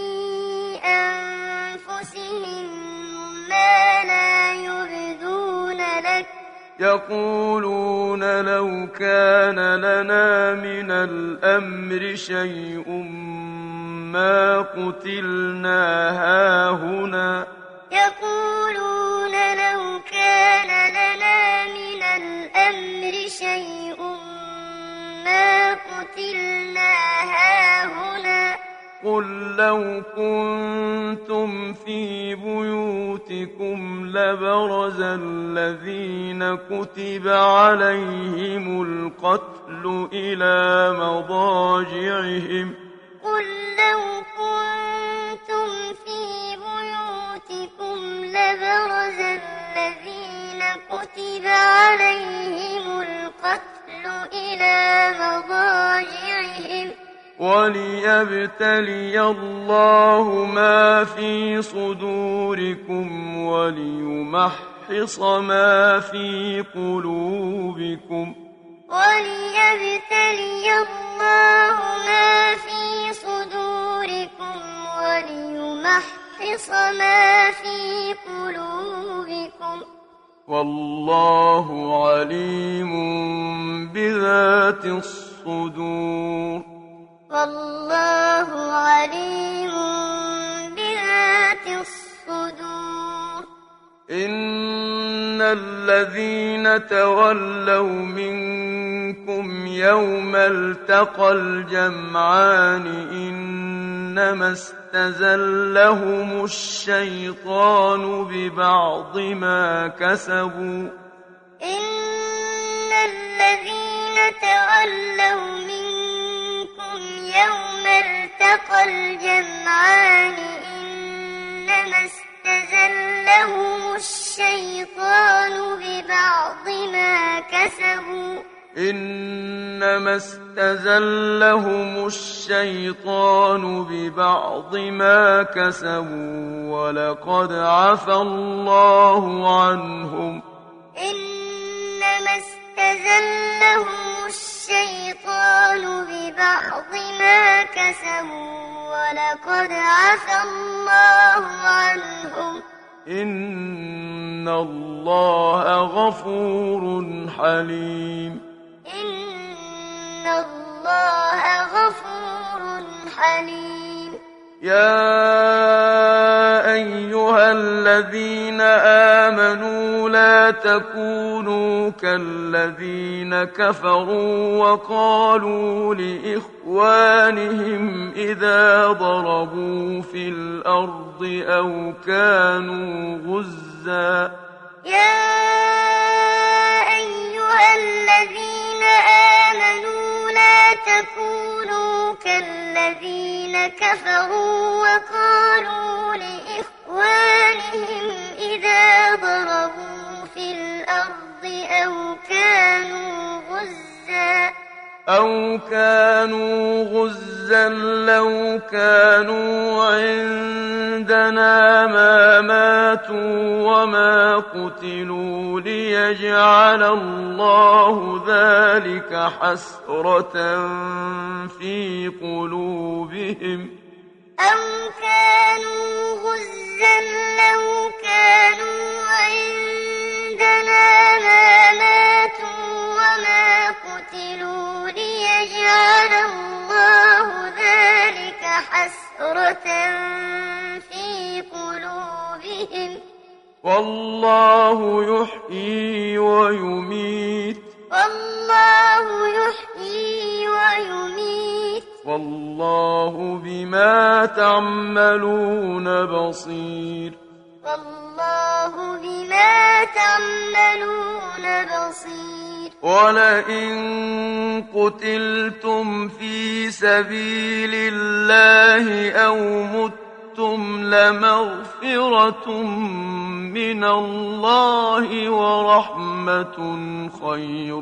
أنفسهم ما لا يبدون لك يقولون لو كان لنا من الأمر شيء ما قتلنا هاهنا يقولون لو كان لنا من الأمر شيء ما قتلنا هاهنا قل لو كنتم في بيوتكم لبرز الذين كتب عليهم القتل إلى مضاجعهم قل لو كنتم في بيوتكم لبرز الذين كتب عليهم القتل إلى مضاجعهم وليبتلي الله ما في صدوركم وليمحص ما في قلوبكم وليبتلي الله ما في صدوركم وليمحص ما في قلوبكم والله عليم بذات الصدور والله عليم بذات الصدور إن الذين تولوا منكم يوم التقى الجمعان إنما استزلهم الشيطان ببعض ما كسبوا إن الذين تولوا منكم يوم التقى الجمعان إنما استزلهم الشيطان ببعض ما كسبوا إنما استزلهم الشيطان ببعض ما كسبوا ولقد عفى الله عنهم إنما استزلهم الشيطان ببعض ما كسبوا ولقد عفى الله عنهم إن الله غفور حليم إن الله غفور حليم يا أيها الذين آمنوا لا تكونوا كالذين كفروا وقالوا لإخوانهم إذا ضربوا في الأرض أو كانوا غزا يا أيها الذين آمنوا لا تكونوا كالذين كفروا وقالوا لإخوانهم إذا ضربوا في الأرض أو كانوا غزا لو كانوا عندنا ما ماتوا وما قتلوا ليجعل الله ذلك حسرة في قلوبهم أو كانوا غزا لو كانوا عندنا ما ماتوا وما قتلوا ليجعل الله ذلك حسرة في قلوبهم والله يحيي ويميت والله بما تعملون بصير ولئن قتلتم في سبيل الله أو متم لمغفرة من الله ورحمة خير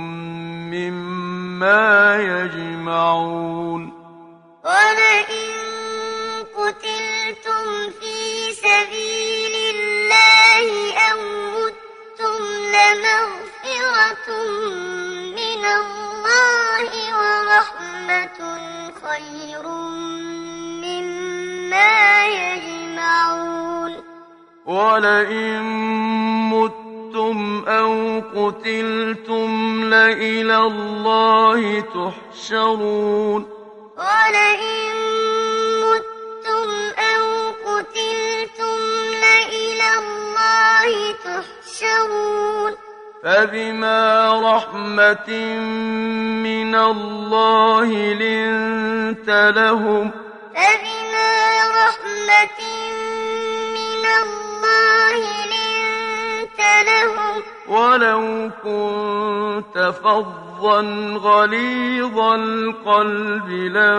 مما يجمعون ولئن قتلتم في سبيل الله أو متم لمغفرة من الله ورحمة خير مما يجمعون ولئن متم أو قتلتم لإلى الله تحشرون ولئن متم أو قتلتم لإلى الله تحشرون فبما رحمة من الله لنت لهم ولو كنت فظا غليظ القلب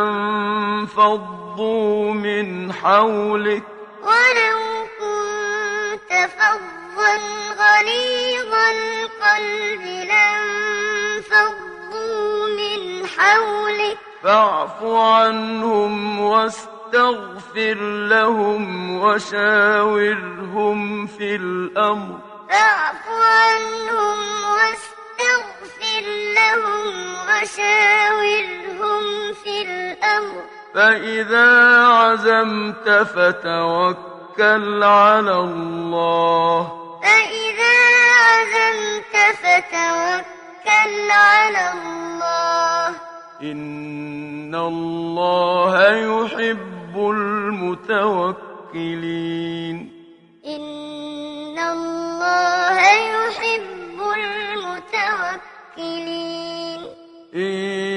لانفضوا من حولك فاعف عنهم واستغفر لهم وشاورهم في الأمر فإذا عزمت فتوكل على الله إن الله يحب المتوكلين إن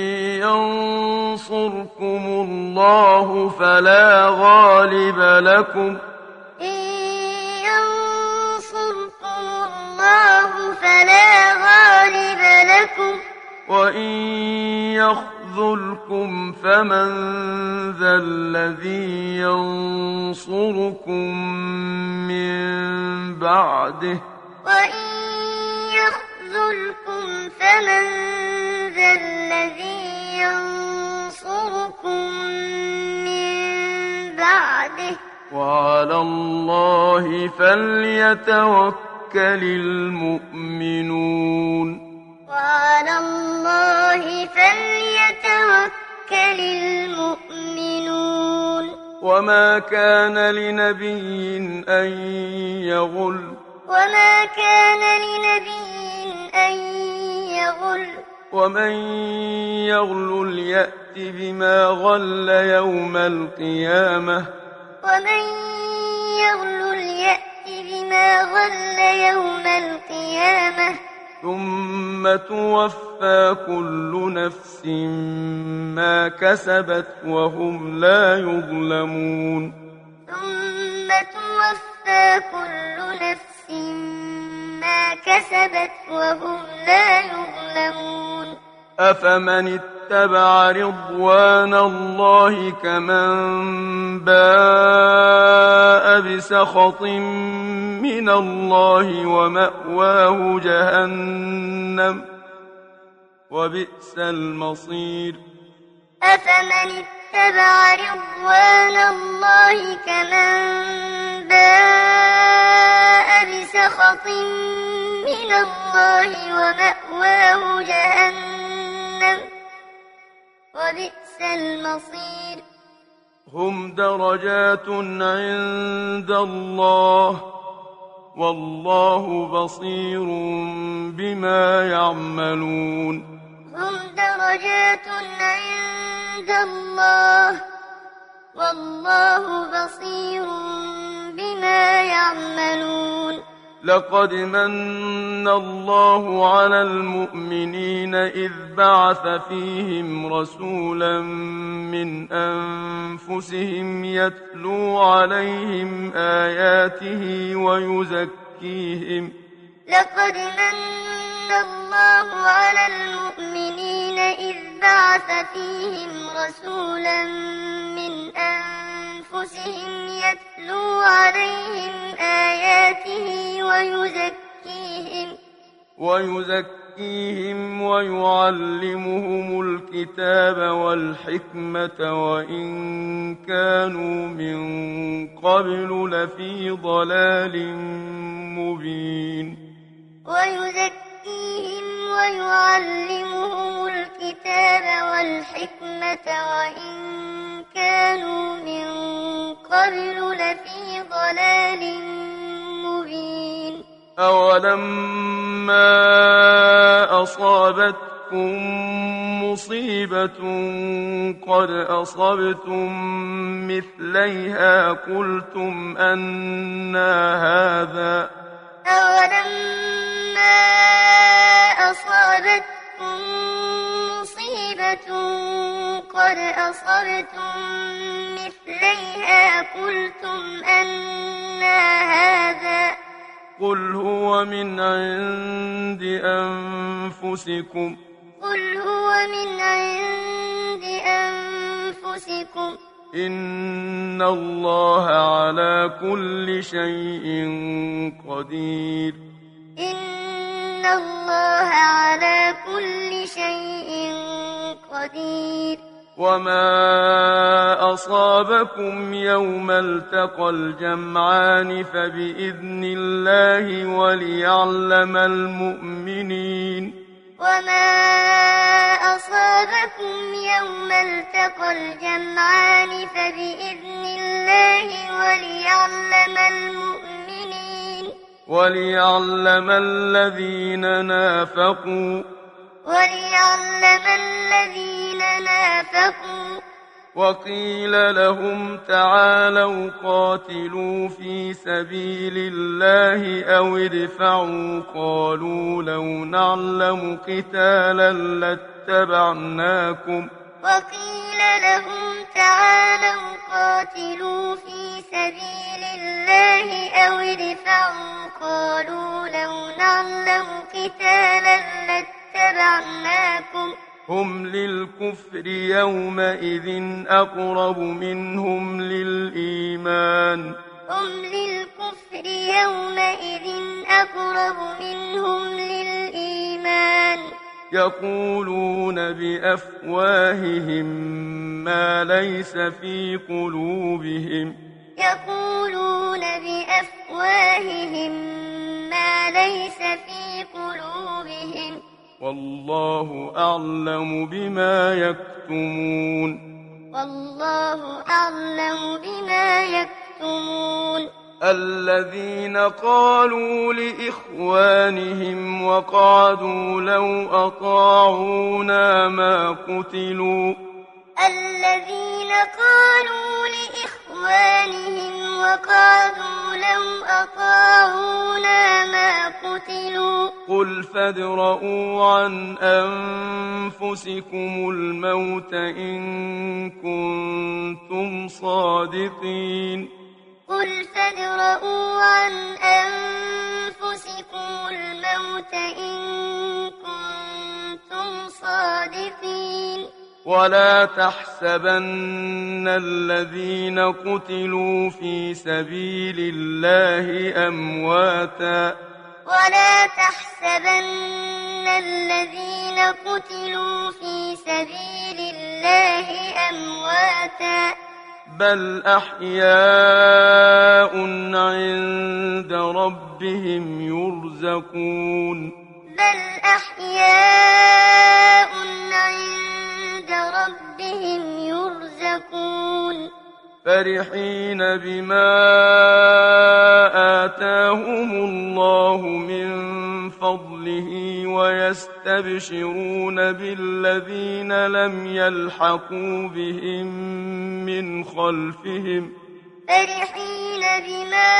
ينصركم الله فلا غالب لكم وإن يخذلكم فمن ذا الذي ينصركم من بعده وعلى الله فليتوكل المؤمنون وما كان لنبي أن يغل ومن يغلل يأت بما غل يوم القيامة ومن يغلل يأت بما غل يوم القيامة ثم توفى كل نفس ما كسبت وهم لا يظلمون ثم توفى كل نفس ما كسبت وهم لا يظلمون أفمن اتبع رضوان الله كمن باء بسخط من الله ومأواه جهنم وبئس المصير أفمن اتبع رضوان الله كمن باء بسخط من الله ومأواه جهنم وبئس المصير هم درجات عند الله والله بصير بما يعملون هم درجات عند الله والله بصير بما يعملون لقد من الله على المؤمنين إذ بعث فيهم رسولا من أنفسهم يتلو عليهم آياته ويزكيهم لقد من الله على المؤمنين إذ بعث فيهم رسولا من أنفسهم يتلو عليهم آياته ويزكيهم ويعلمهم الكتاب والحكمة وإن كانوا من قبل لفي ضلال مبين ويزكيهم ويعلمهم الكتاب والحكمة وإن كانوا من قبل لفي ضلال مبين أولما أصابتكم مصيبة قد أصبتم مثليها قلتم أنى هذا أولما أصابتكم مصيبة قد أصبتم مثليها قلتم أنى هذا قل هو من عند أنفسكم قل هو من عند أنفسكم إن الله على كل شيء قدير إن الله على كل شيء قدير وما أصابكم يوم التقى الجمعان فبإذن الله وليعلم المؤمنين وما أصابكم يوم التقى الجمعان فبإذن الله وليعلم المؤمنين وليعلم الذين نافقوا وقيل لهم تعالوا قاتلوا في سبيل الله أو ادفعوا قالوا لو نعلم قتالا لاتبعناكم وقيل لهم تعالوا قاتلوا في سبيل الله أو ادفعوا قالوا لو نعلم قتالا لاتبعناكم هم للكفر يومئذ أقرب منهم للإيمان هم للكفر يومئذ أقرب منهم للإيمان يقولون بأفواههم ما ليس في قلوبهم يقولون بأفواههم ما ليس في قلوبهم والله أعلم بما يكتمون والله أعلم بما يكتمون الذين قالوا لإخوانهم وقعدوا لو أطاعونا ما قتلوا الذين قالوا لإخوانهم وقعدوا لو أطاعونا ما قتلوا قل فادرءوا عن أنفسكم الموت إن كنتم صادقين قل فادرءوا عن أنفسكم الموت إن كنتم صادقين ولا تحسبن الذين قتلوا في سبيل الله أمواتا ولا تحسبن الذين قتلوا في سبيل الله أمواتا بل أحياء عند ربهم يرزقون بل أحياء عند ربهم يرزقون فرحين بما آتاهم الله من فضله ويستبشرون بالذين لم يلحقوا بهم من خلفهم فرحين بما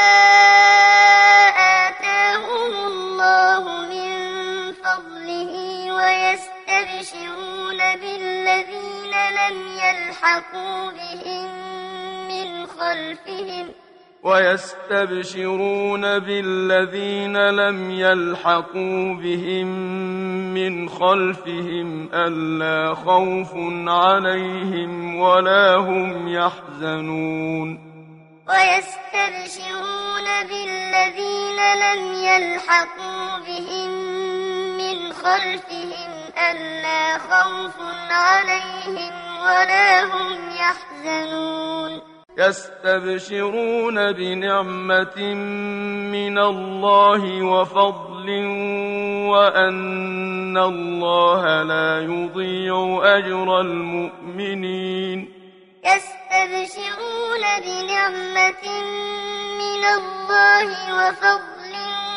آتاهم الله من فضله ويستبشرون بالذين لم يلحقوا بهم من خلفهم ويستبشرون بالذين لم يلحقوا بهم من خلفهم ألا خوف عليهم ولا هم يحزنون ويستبشرون بالذين لم يلحقوا بهم من خلفهم ألا خوف عليهم ولا هم يحزنون يستبشرون بنعمة من الله وفضل وأن الله لا يضيع أجر المؤمنين يستبشرون بنعمة من الله وفضل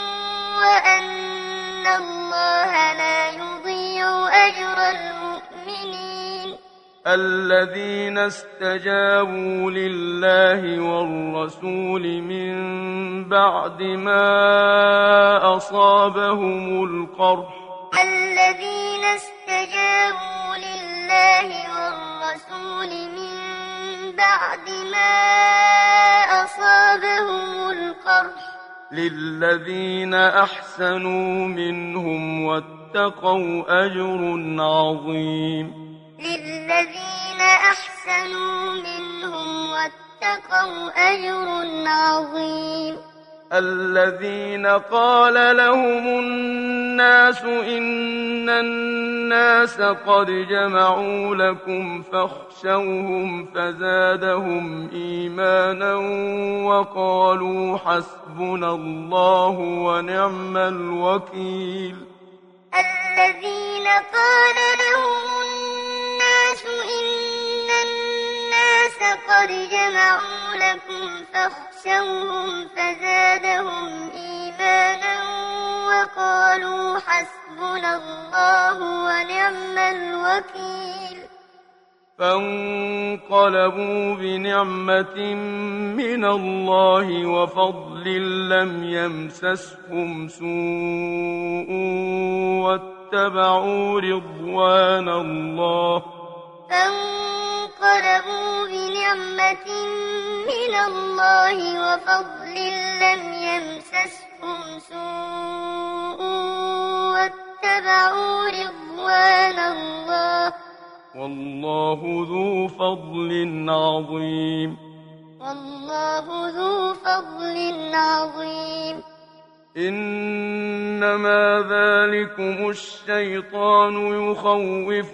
وأن الله لا يضيع أجر المؤمنين الذين استجابوا لله والرسول من بعد ما أصابهم القرح الذين استجابوا لله والرسول من بعد ما أصابهم القرح للذين أحسنوا منهم واتقوا أجر عظيم للذين أحسنوا منهم واتقوا أجر عظيم الذين قال لهم الناس إن الناس قد جمعوا لكم فاخشوهم فزادهم إيمانا وقالوا حسبنا الله ونعم الوكيل الذين قال لهم الناس إن الناس قد جمعوا لكم فاخشوهم فزادهم إيمانا وقالوا حسبنا الله ونعم الوكيل فانقلبوا بنعمة من الله وفضل لم يمسسهم سوء واتبعوا رضوان الله فانقلبوا بنعمة من الله وفضل لم يمسسهم سوء واتبعوا رضوان الله والله ذو فضل عظيم والله ذو فضل عظيم إنما ذلكم الشيطان يخوف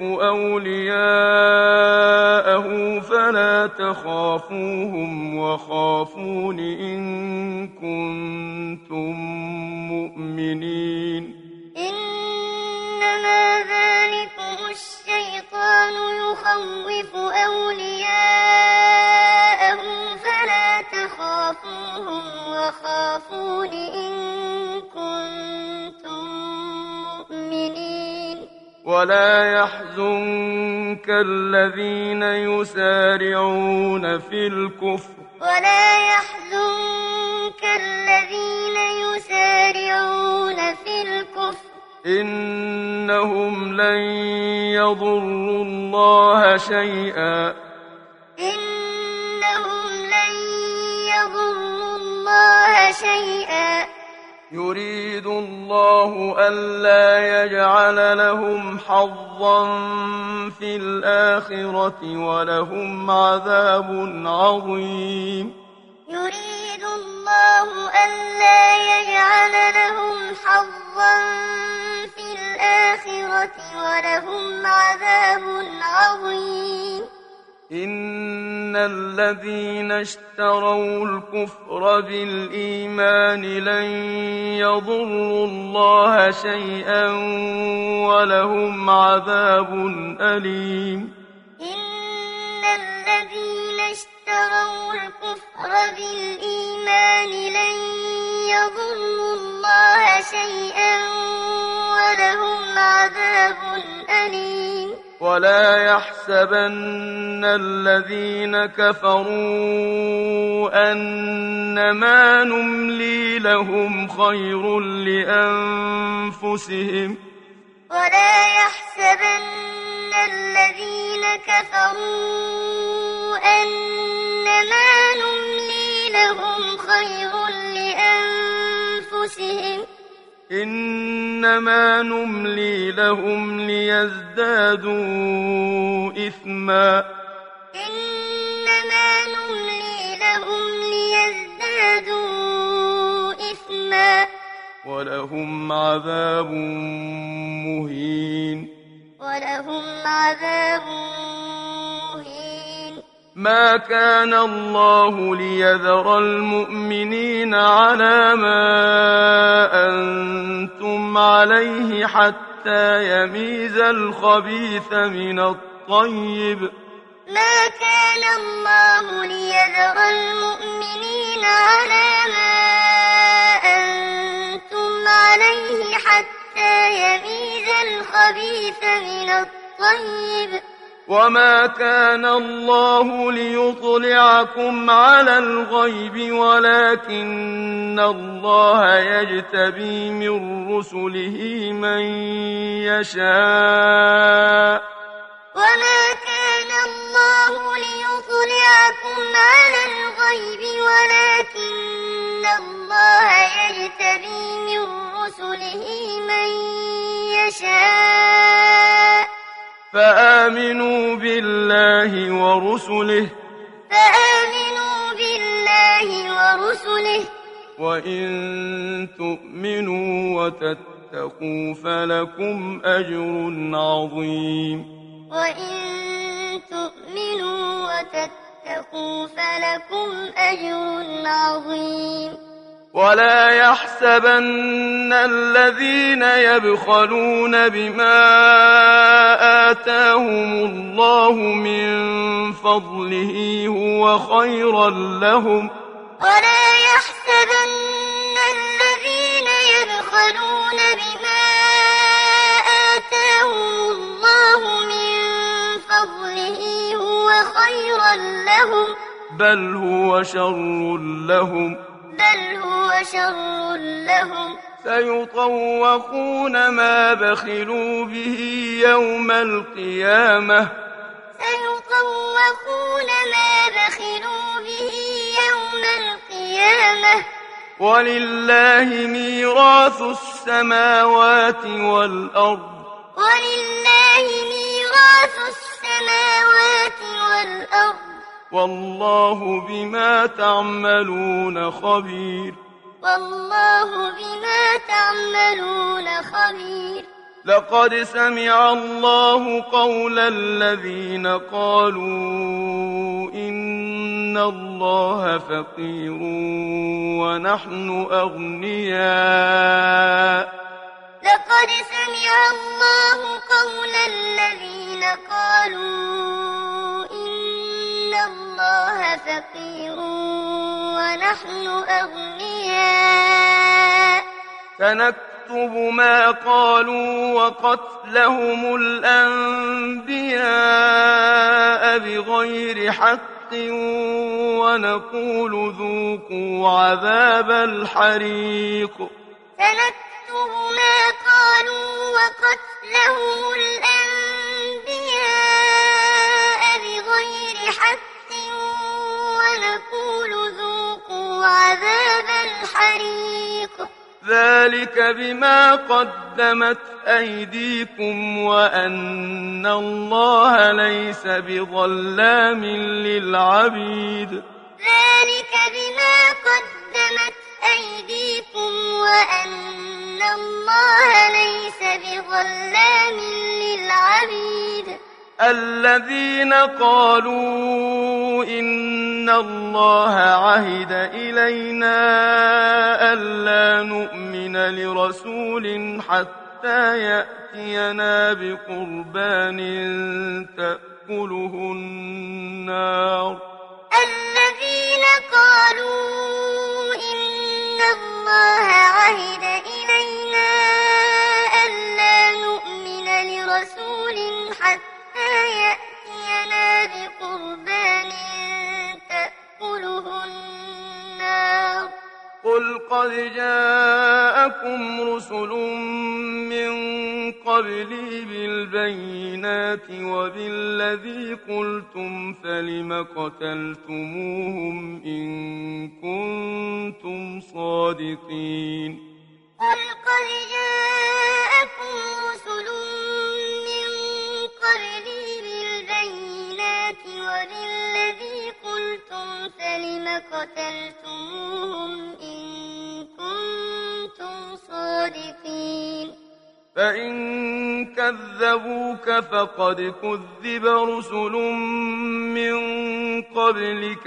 أولياءه فلا تخافوهم وخافون إن كنتم مؤمنين إنما ذلكم الشيطان يخوف أولياءه فلا تخافوهم الرسول إن كنتم مؤمنين ولا يحزنك الذين يسارعون في الكفر إنهم لن يضروا الله شيئا يريد الله ألا يجعل لهم حظا في الآخرة ولهم عذاب عظيم يريد الله ألا يجعل لهم حظا في الآخرة ولهم عذاب عظيم إن الذين اشتروا الكفر بالإيمان لن يضروا الله شيئا ولهم عذاب أليم إن الذين اشتروا الكفر بالإيمان لن يضروا الله شيئا ولهم عذاب أليم ولا يحسبن الذين كفروا أنما نملي لهم خير لأنفسهم ولا يحسبن الذين كفروا أنما نملي لهم خير لأنفسهم إنما نملي لهم ليزدادوا إثما إنما نملي لهم ليزدادوا إثما ولهم عذاب مهين ولهم عذاب مهين ما كان الله ليذر المؤمنين على ما أنتم عليه حتى يميز الخبيث من الطيب ما كان الله ليذر المؤمنين على ما أنتم عليه حتى يميز الخبيث من الطيب وما كان الله ليطلعكم على الغيب ولكن الله يجتبي من رسله من يشاء وما كان الله ليطلعكم على الغيب ولكن الله يجتبي من رسله من يشاء فآمنوا بالله ورسله وإن تؤمنوا وتتقوا فلكم أجر عظيم وإن تؤمنوا وتتقوا فلكم أجر عظيم ولا يحسبن الذين يبخلون بما آتاهم الله من فضله هو خيرا لهم ولا يحسبن الذين يبخلون بما آتاهم الله من فضله هو خيرا لهم بل هو شر لهم سيطوقون ما بخلوا به يوم القيامة ولله ميراث السماوات والأرض والله بما تعملون خبير لقد سمع الله قول الذين قالوا إن الله فقير ونحن أغنياء لقد سمع الله قول الذين قالوا إن الله الله فقير ونحن أغنياء سنكتب ما قالوا وقتلهم الأنبياء بغير حق ونقول ذوقوا عذاب الحريق سنكتب ما قالوا وقتلهم الأنبياء بغير حق ونقول ذوقوا عذاب الحريق ذلك بما قدمت أيديكم وأن الله ليس بظلام للعبيد ذلك بما قدمت أيديكم وأن الله ليس بظلام للعبيد الذين قالوا إن الله عهد إلينا ألا نؤمن لرسول حتى يأتينا بقربان تأكله النار الذين قالوا إن الله عهد إلينا ألا نؤمن لرسول حتى يأتينا بقربان تأكله النار قل قد جاءكم رسل من قبلي بالبينات وبالذي قلتم فلم قتلتموهم إن كنتم صادقين قل قد جاءكم رسل من قبلي بالبينات وبالذي قلتم فلم قتلتموهم إن كنتم صادقين فإن كذبوك فقد كذب رسل من قبلك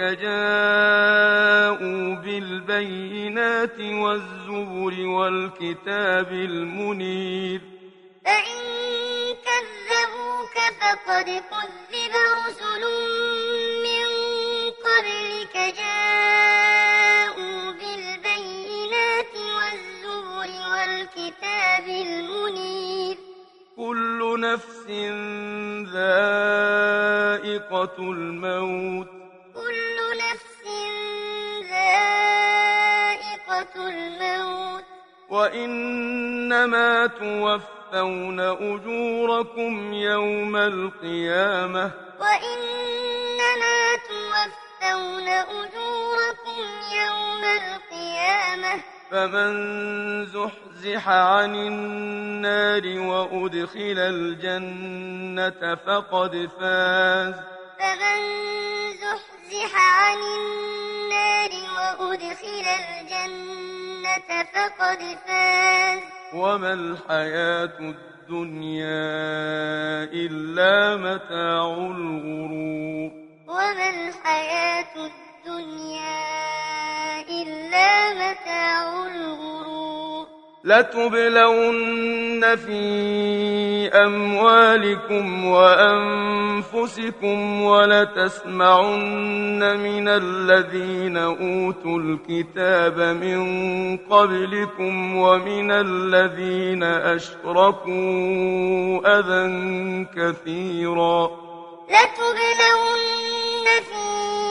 جاءوا بالبينات والزبر والكتاب المنير فإن كذبوك فقد كذب رسل من قبلك جاءوا بالبينات والزبر والكتاب المنير كل نفس ذائقة الموت كل نفس ذائقة الموت وإنما توفون أجوركم يوم القيامة وإنما توفون أجوركم يوم القيامة فمن زحزح عن النار وأدخل الجنة فقد فاز فمن زحزح عن النار وأدخل الجنة فقد فاز وما الحياة الدنيا إلا متاع الغرور وما الحياة الدنيا إلا متاع الغرور لتبلون في أموالكم وأنفسكم ولتسمعن من الذين أوتوا الكتاب من قبلكم ومن الذين أشركوا أذى كثيرا لتبلون في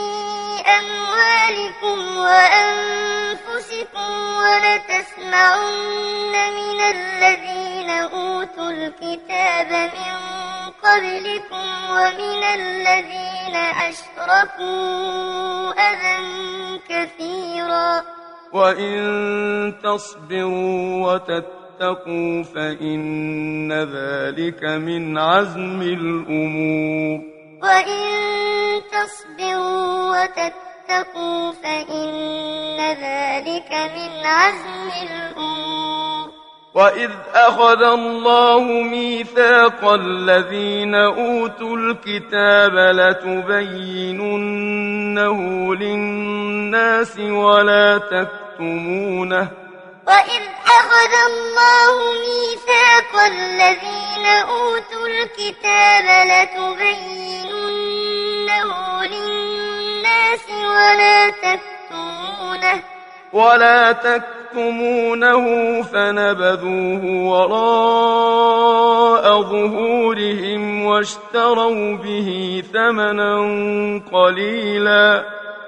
أموالكم وأنفسكم ولتسمعن من الذين أوتوا الكتاب من قبلكم ومن الذين أشركوا أذى كثيرا وإن تصبروا وتتقوا فإن ذلك من عزم الأمور وإن تصبروا وتتقوا فإن ذلك من عزم الأمور وإذ أخذ الله ميثاق الذين أوتوا الكتاب لتبيننه للناس ولا تكتمونه وإذ أخذ الله ميثاق الذين أوتوا الكتاب لتبيننه للناس ولا تكتمونه فنبذوه وراء ظهورهم واشتروا به ثمنا قليلا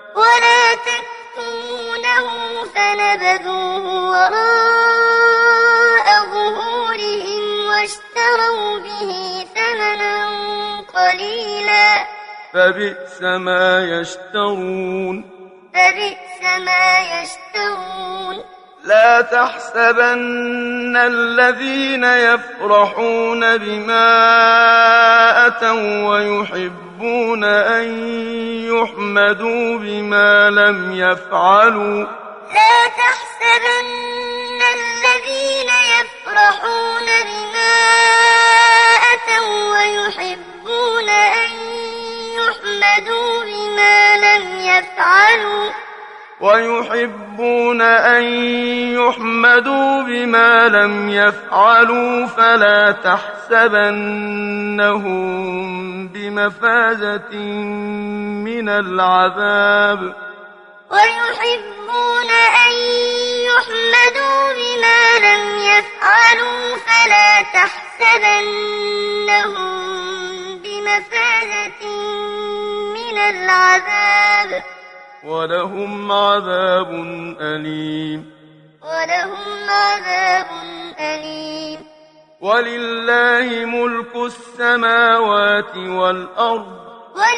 فبئس ما يشترون لا تحسبن الذين يفرحون بما أتوا ويحبون أن يحمدوا بما لم يفعلوا فلا تحسبنهم بمفازة من العذاب ولهم عذاب أليم ولله ملك السماوات والأرض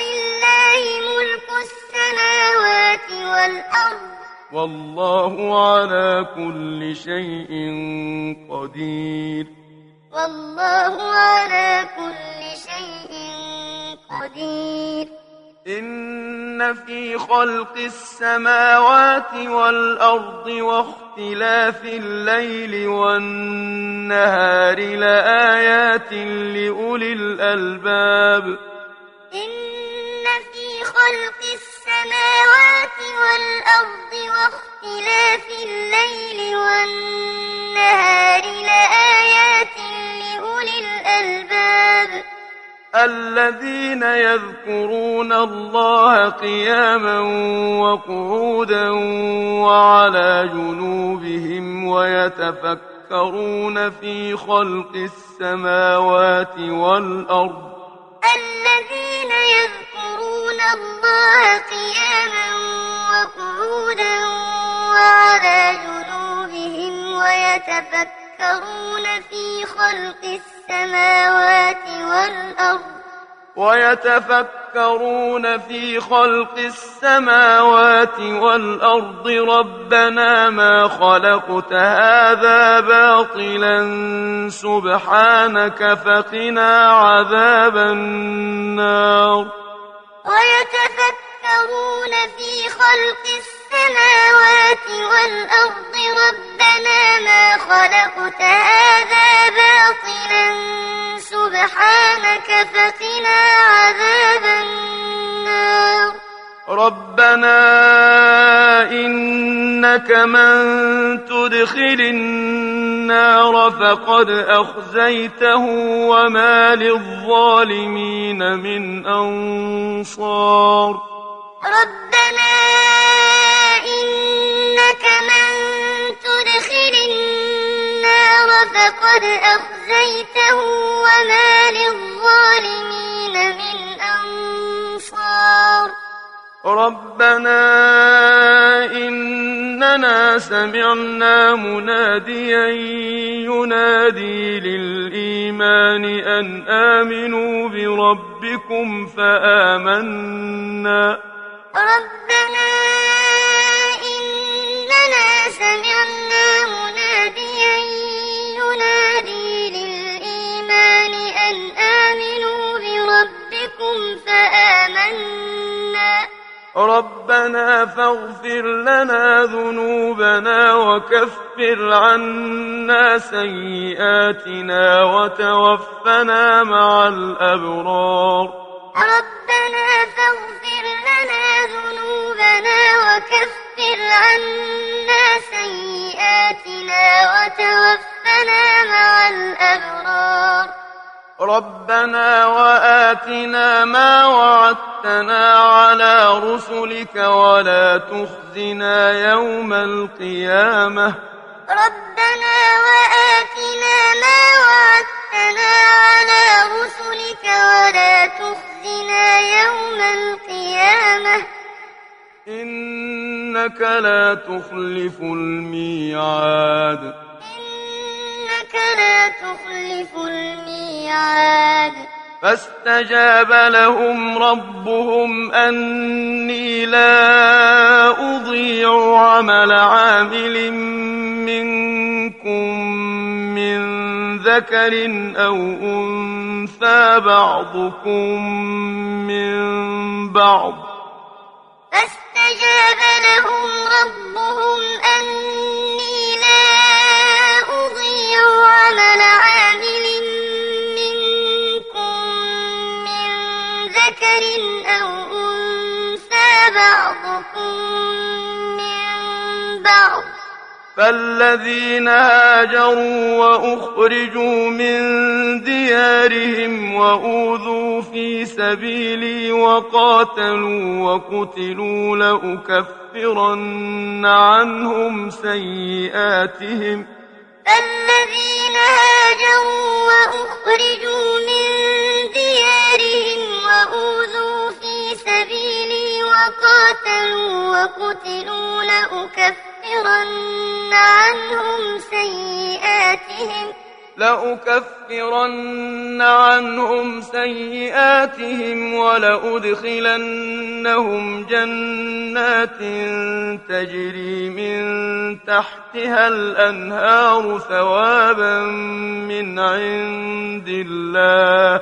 والله على كل شيء قدير إن في خلق السماوات والأرض واختلاف الليل والنهار لآيات لأولي الألباب الذين يذكرون الله قياما وقعودا وعلى جنوبهم ويتفكرون في خلق السماوات والأرض ربنا ما خلقت هذا باطلا سبحانك فقنا عذاب النار ربنا إنك من تدخل النار فقد أخزيته وما للظالمين من أنصار ربنا إننا سمعنا مناديا ينادي للإيمان أن آمنوا بربكم فآمنا ربنا فاغفر لنا ذنوبنا وكفر عنا سيئاتنا وتوفنا مع الأبرار ربنا وآتنا ما وعدتنا على رسلك ولا تخزنا يوم القيامة ربنا وآتنا ما وعدتنا على رسلك ولا تخزنا يوم القيامة إنك لا تخلف الميعاد إنك لا تخلف الميعاد فاستجاب لهم ربهم أني لا أضيع عمل عامل منكم من ذكر أو أنثى بعضكم من بعض فاستجاب لهم ربهم أني لا أضيع عمل عامل منكم من ذكر أو أنثى بعضكم من بعض فالذين هاجروا وأخرجوا من ديارهم وأوذوا في سبيلي وقاتلوا وقتلوا لأكفرن عنهم سيئاتهم فالذين هاجروا وأخرجوا من ديارهم وأوذوا في سبيلي وقاتلوا وقتلوا لأكفرن عنهم سيئاتهم ولأدخلنهم جنات تجري من تحتها الأنهار ثوابا من عند الله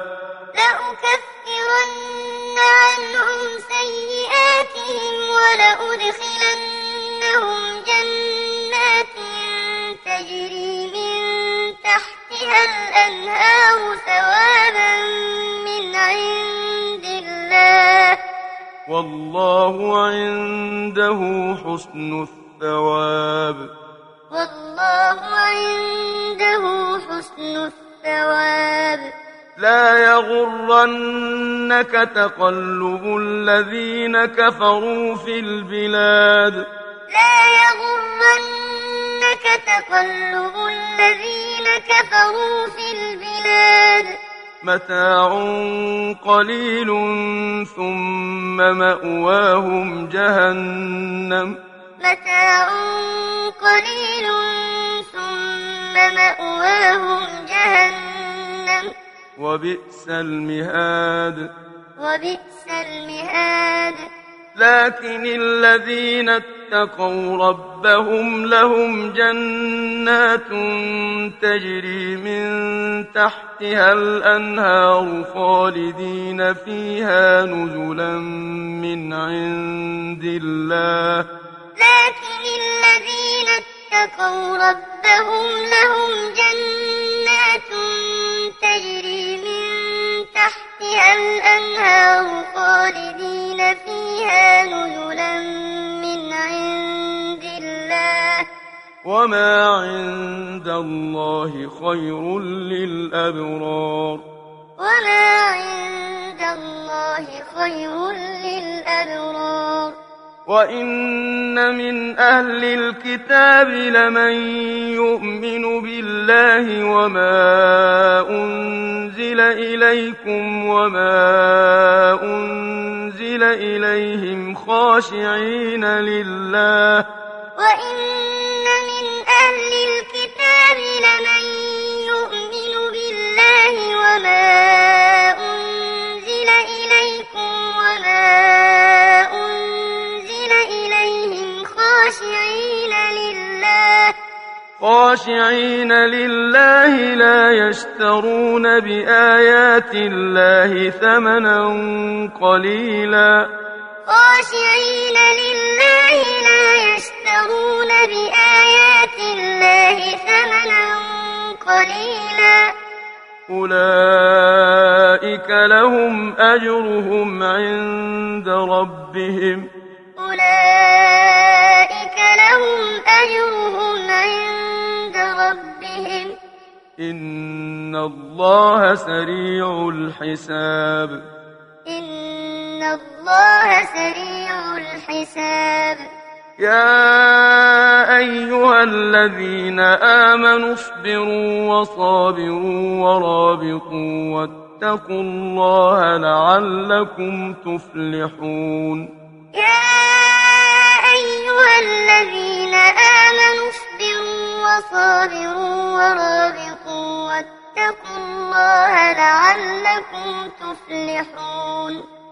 لأكفرن عنهم سيئاتهم ولأدخلنهم جنات تجري من تحتها الأنهار ثوابا من عند الله والله عنده حسن الثواب والله عنده حسن الثواب لا يغرنك تقلب الذين كفروا في البلاد لا يغرنك تقلب الذين كفروا في البلاد متاع قليل ثم مأواهم جهنم متاع قليل ثم مأواهم جهنم وبئس المهاد وبئس المهاد لكن الذين اتقوا ربهم لهم جنات تجري من تحتها الأنهار خالدين فيها نزلا من عند الله لكن الذين اتقوا ربهم لهم جنات تجري من تحتها الأنهار خالدين فيها نزلا من عند الله وما عند الله خير للأبرار وما عند الله خير للأبرار وإن من أهل الكتاب لمن يؤمن بالله وما أنزل إليكم وما أنزل إليهم خاشعين لله وإن من أهل الكتاب لمن يؤمن بالله وما أنزل إليكم وما أنزل إليهم خاشعين لله لا يشترون بآيات الله ثمنا قليلا خاشعين لله لا يشترون بآيات الله ثمنا قليلا أولئك لهم أجرهم عند ربهم أولئك لهم أجرهم عند ربهم إن الله سريع الحساب. إن الله سريع الحساب. يا أيها الذين آمنوا اصبروا وصابروا ورابطوا واتقوا الله لعلكم تفلحون. يا أيها الذين آمنوا اصبروا وصابروا ورابطوا واتقوا الله لعلكم تفلحون.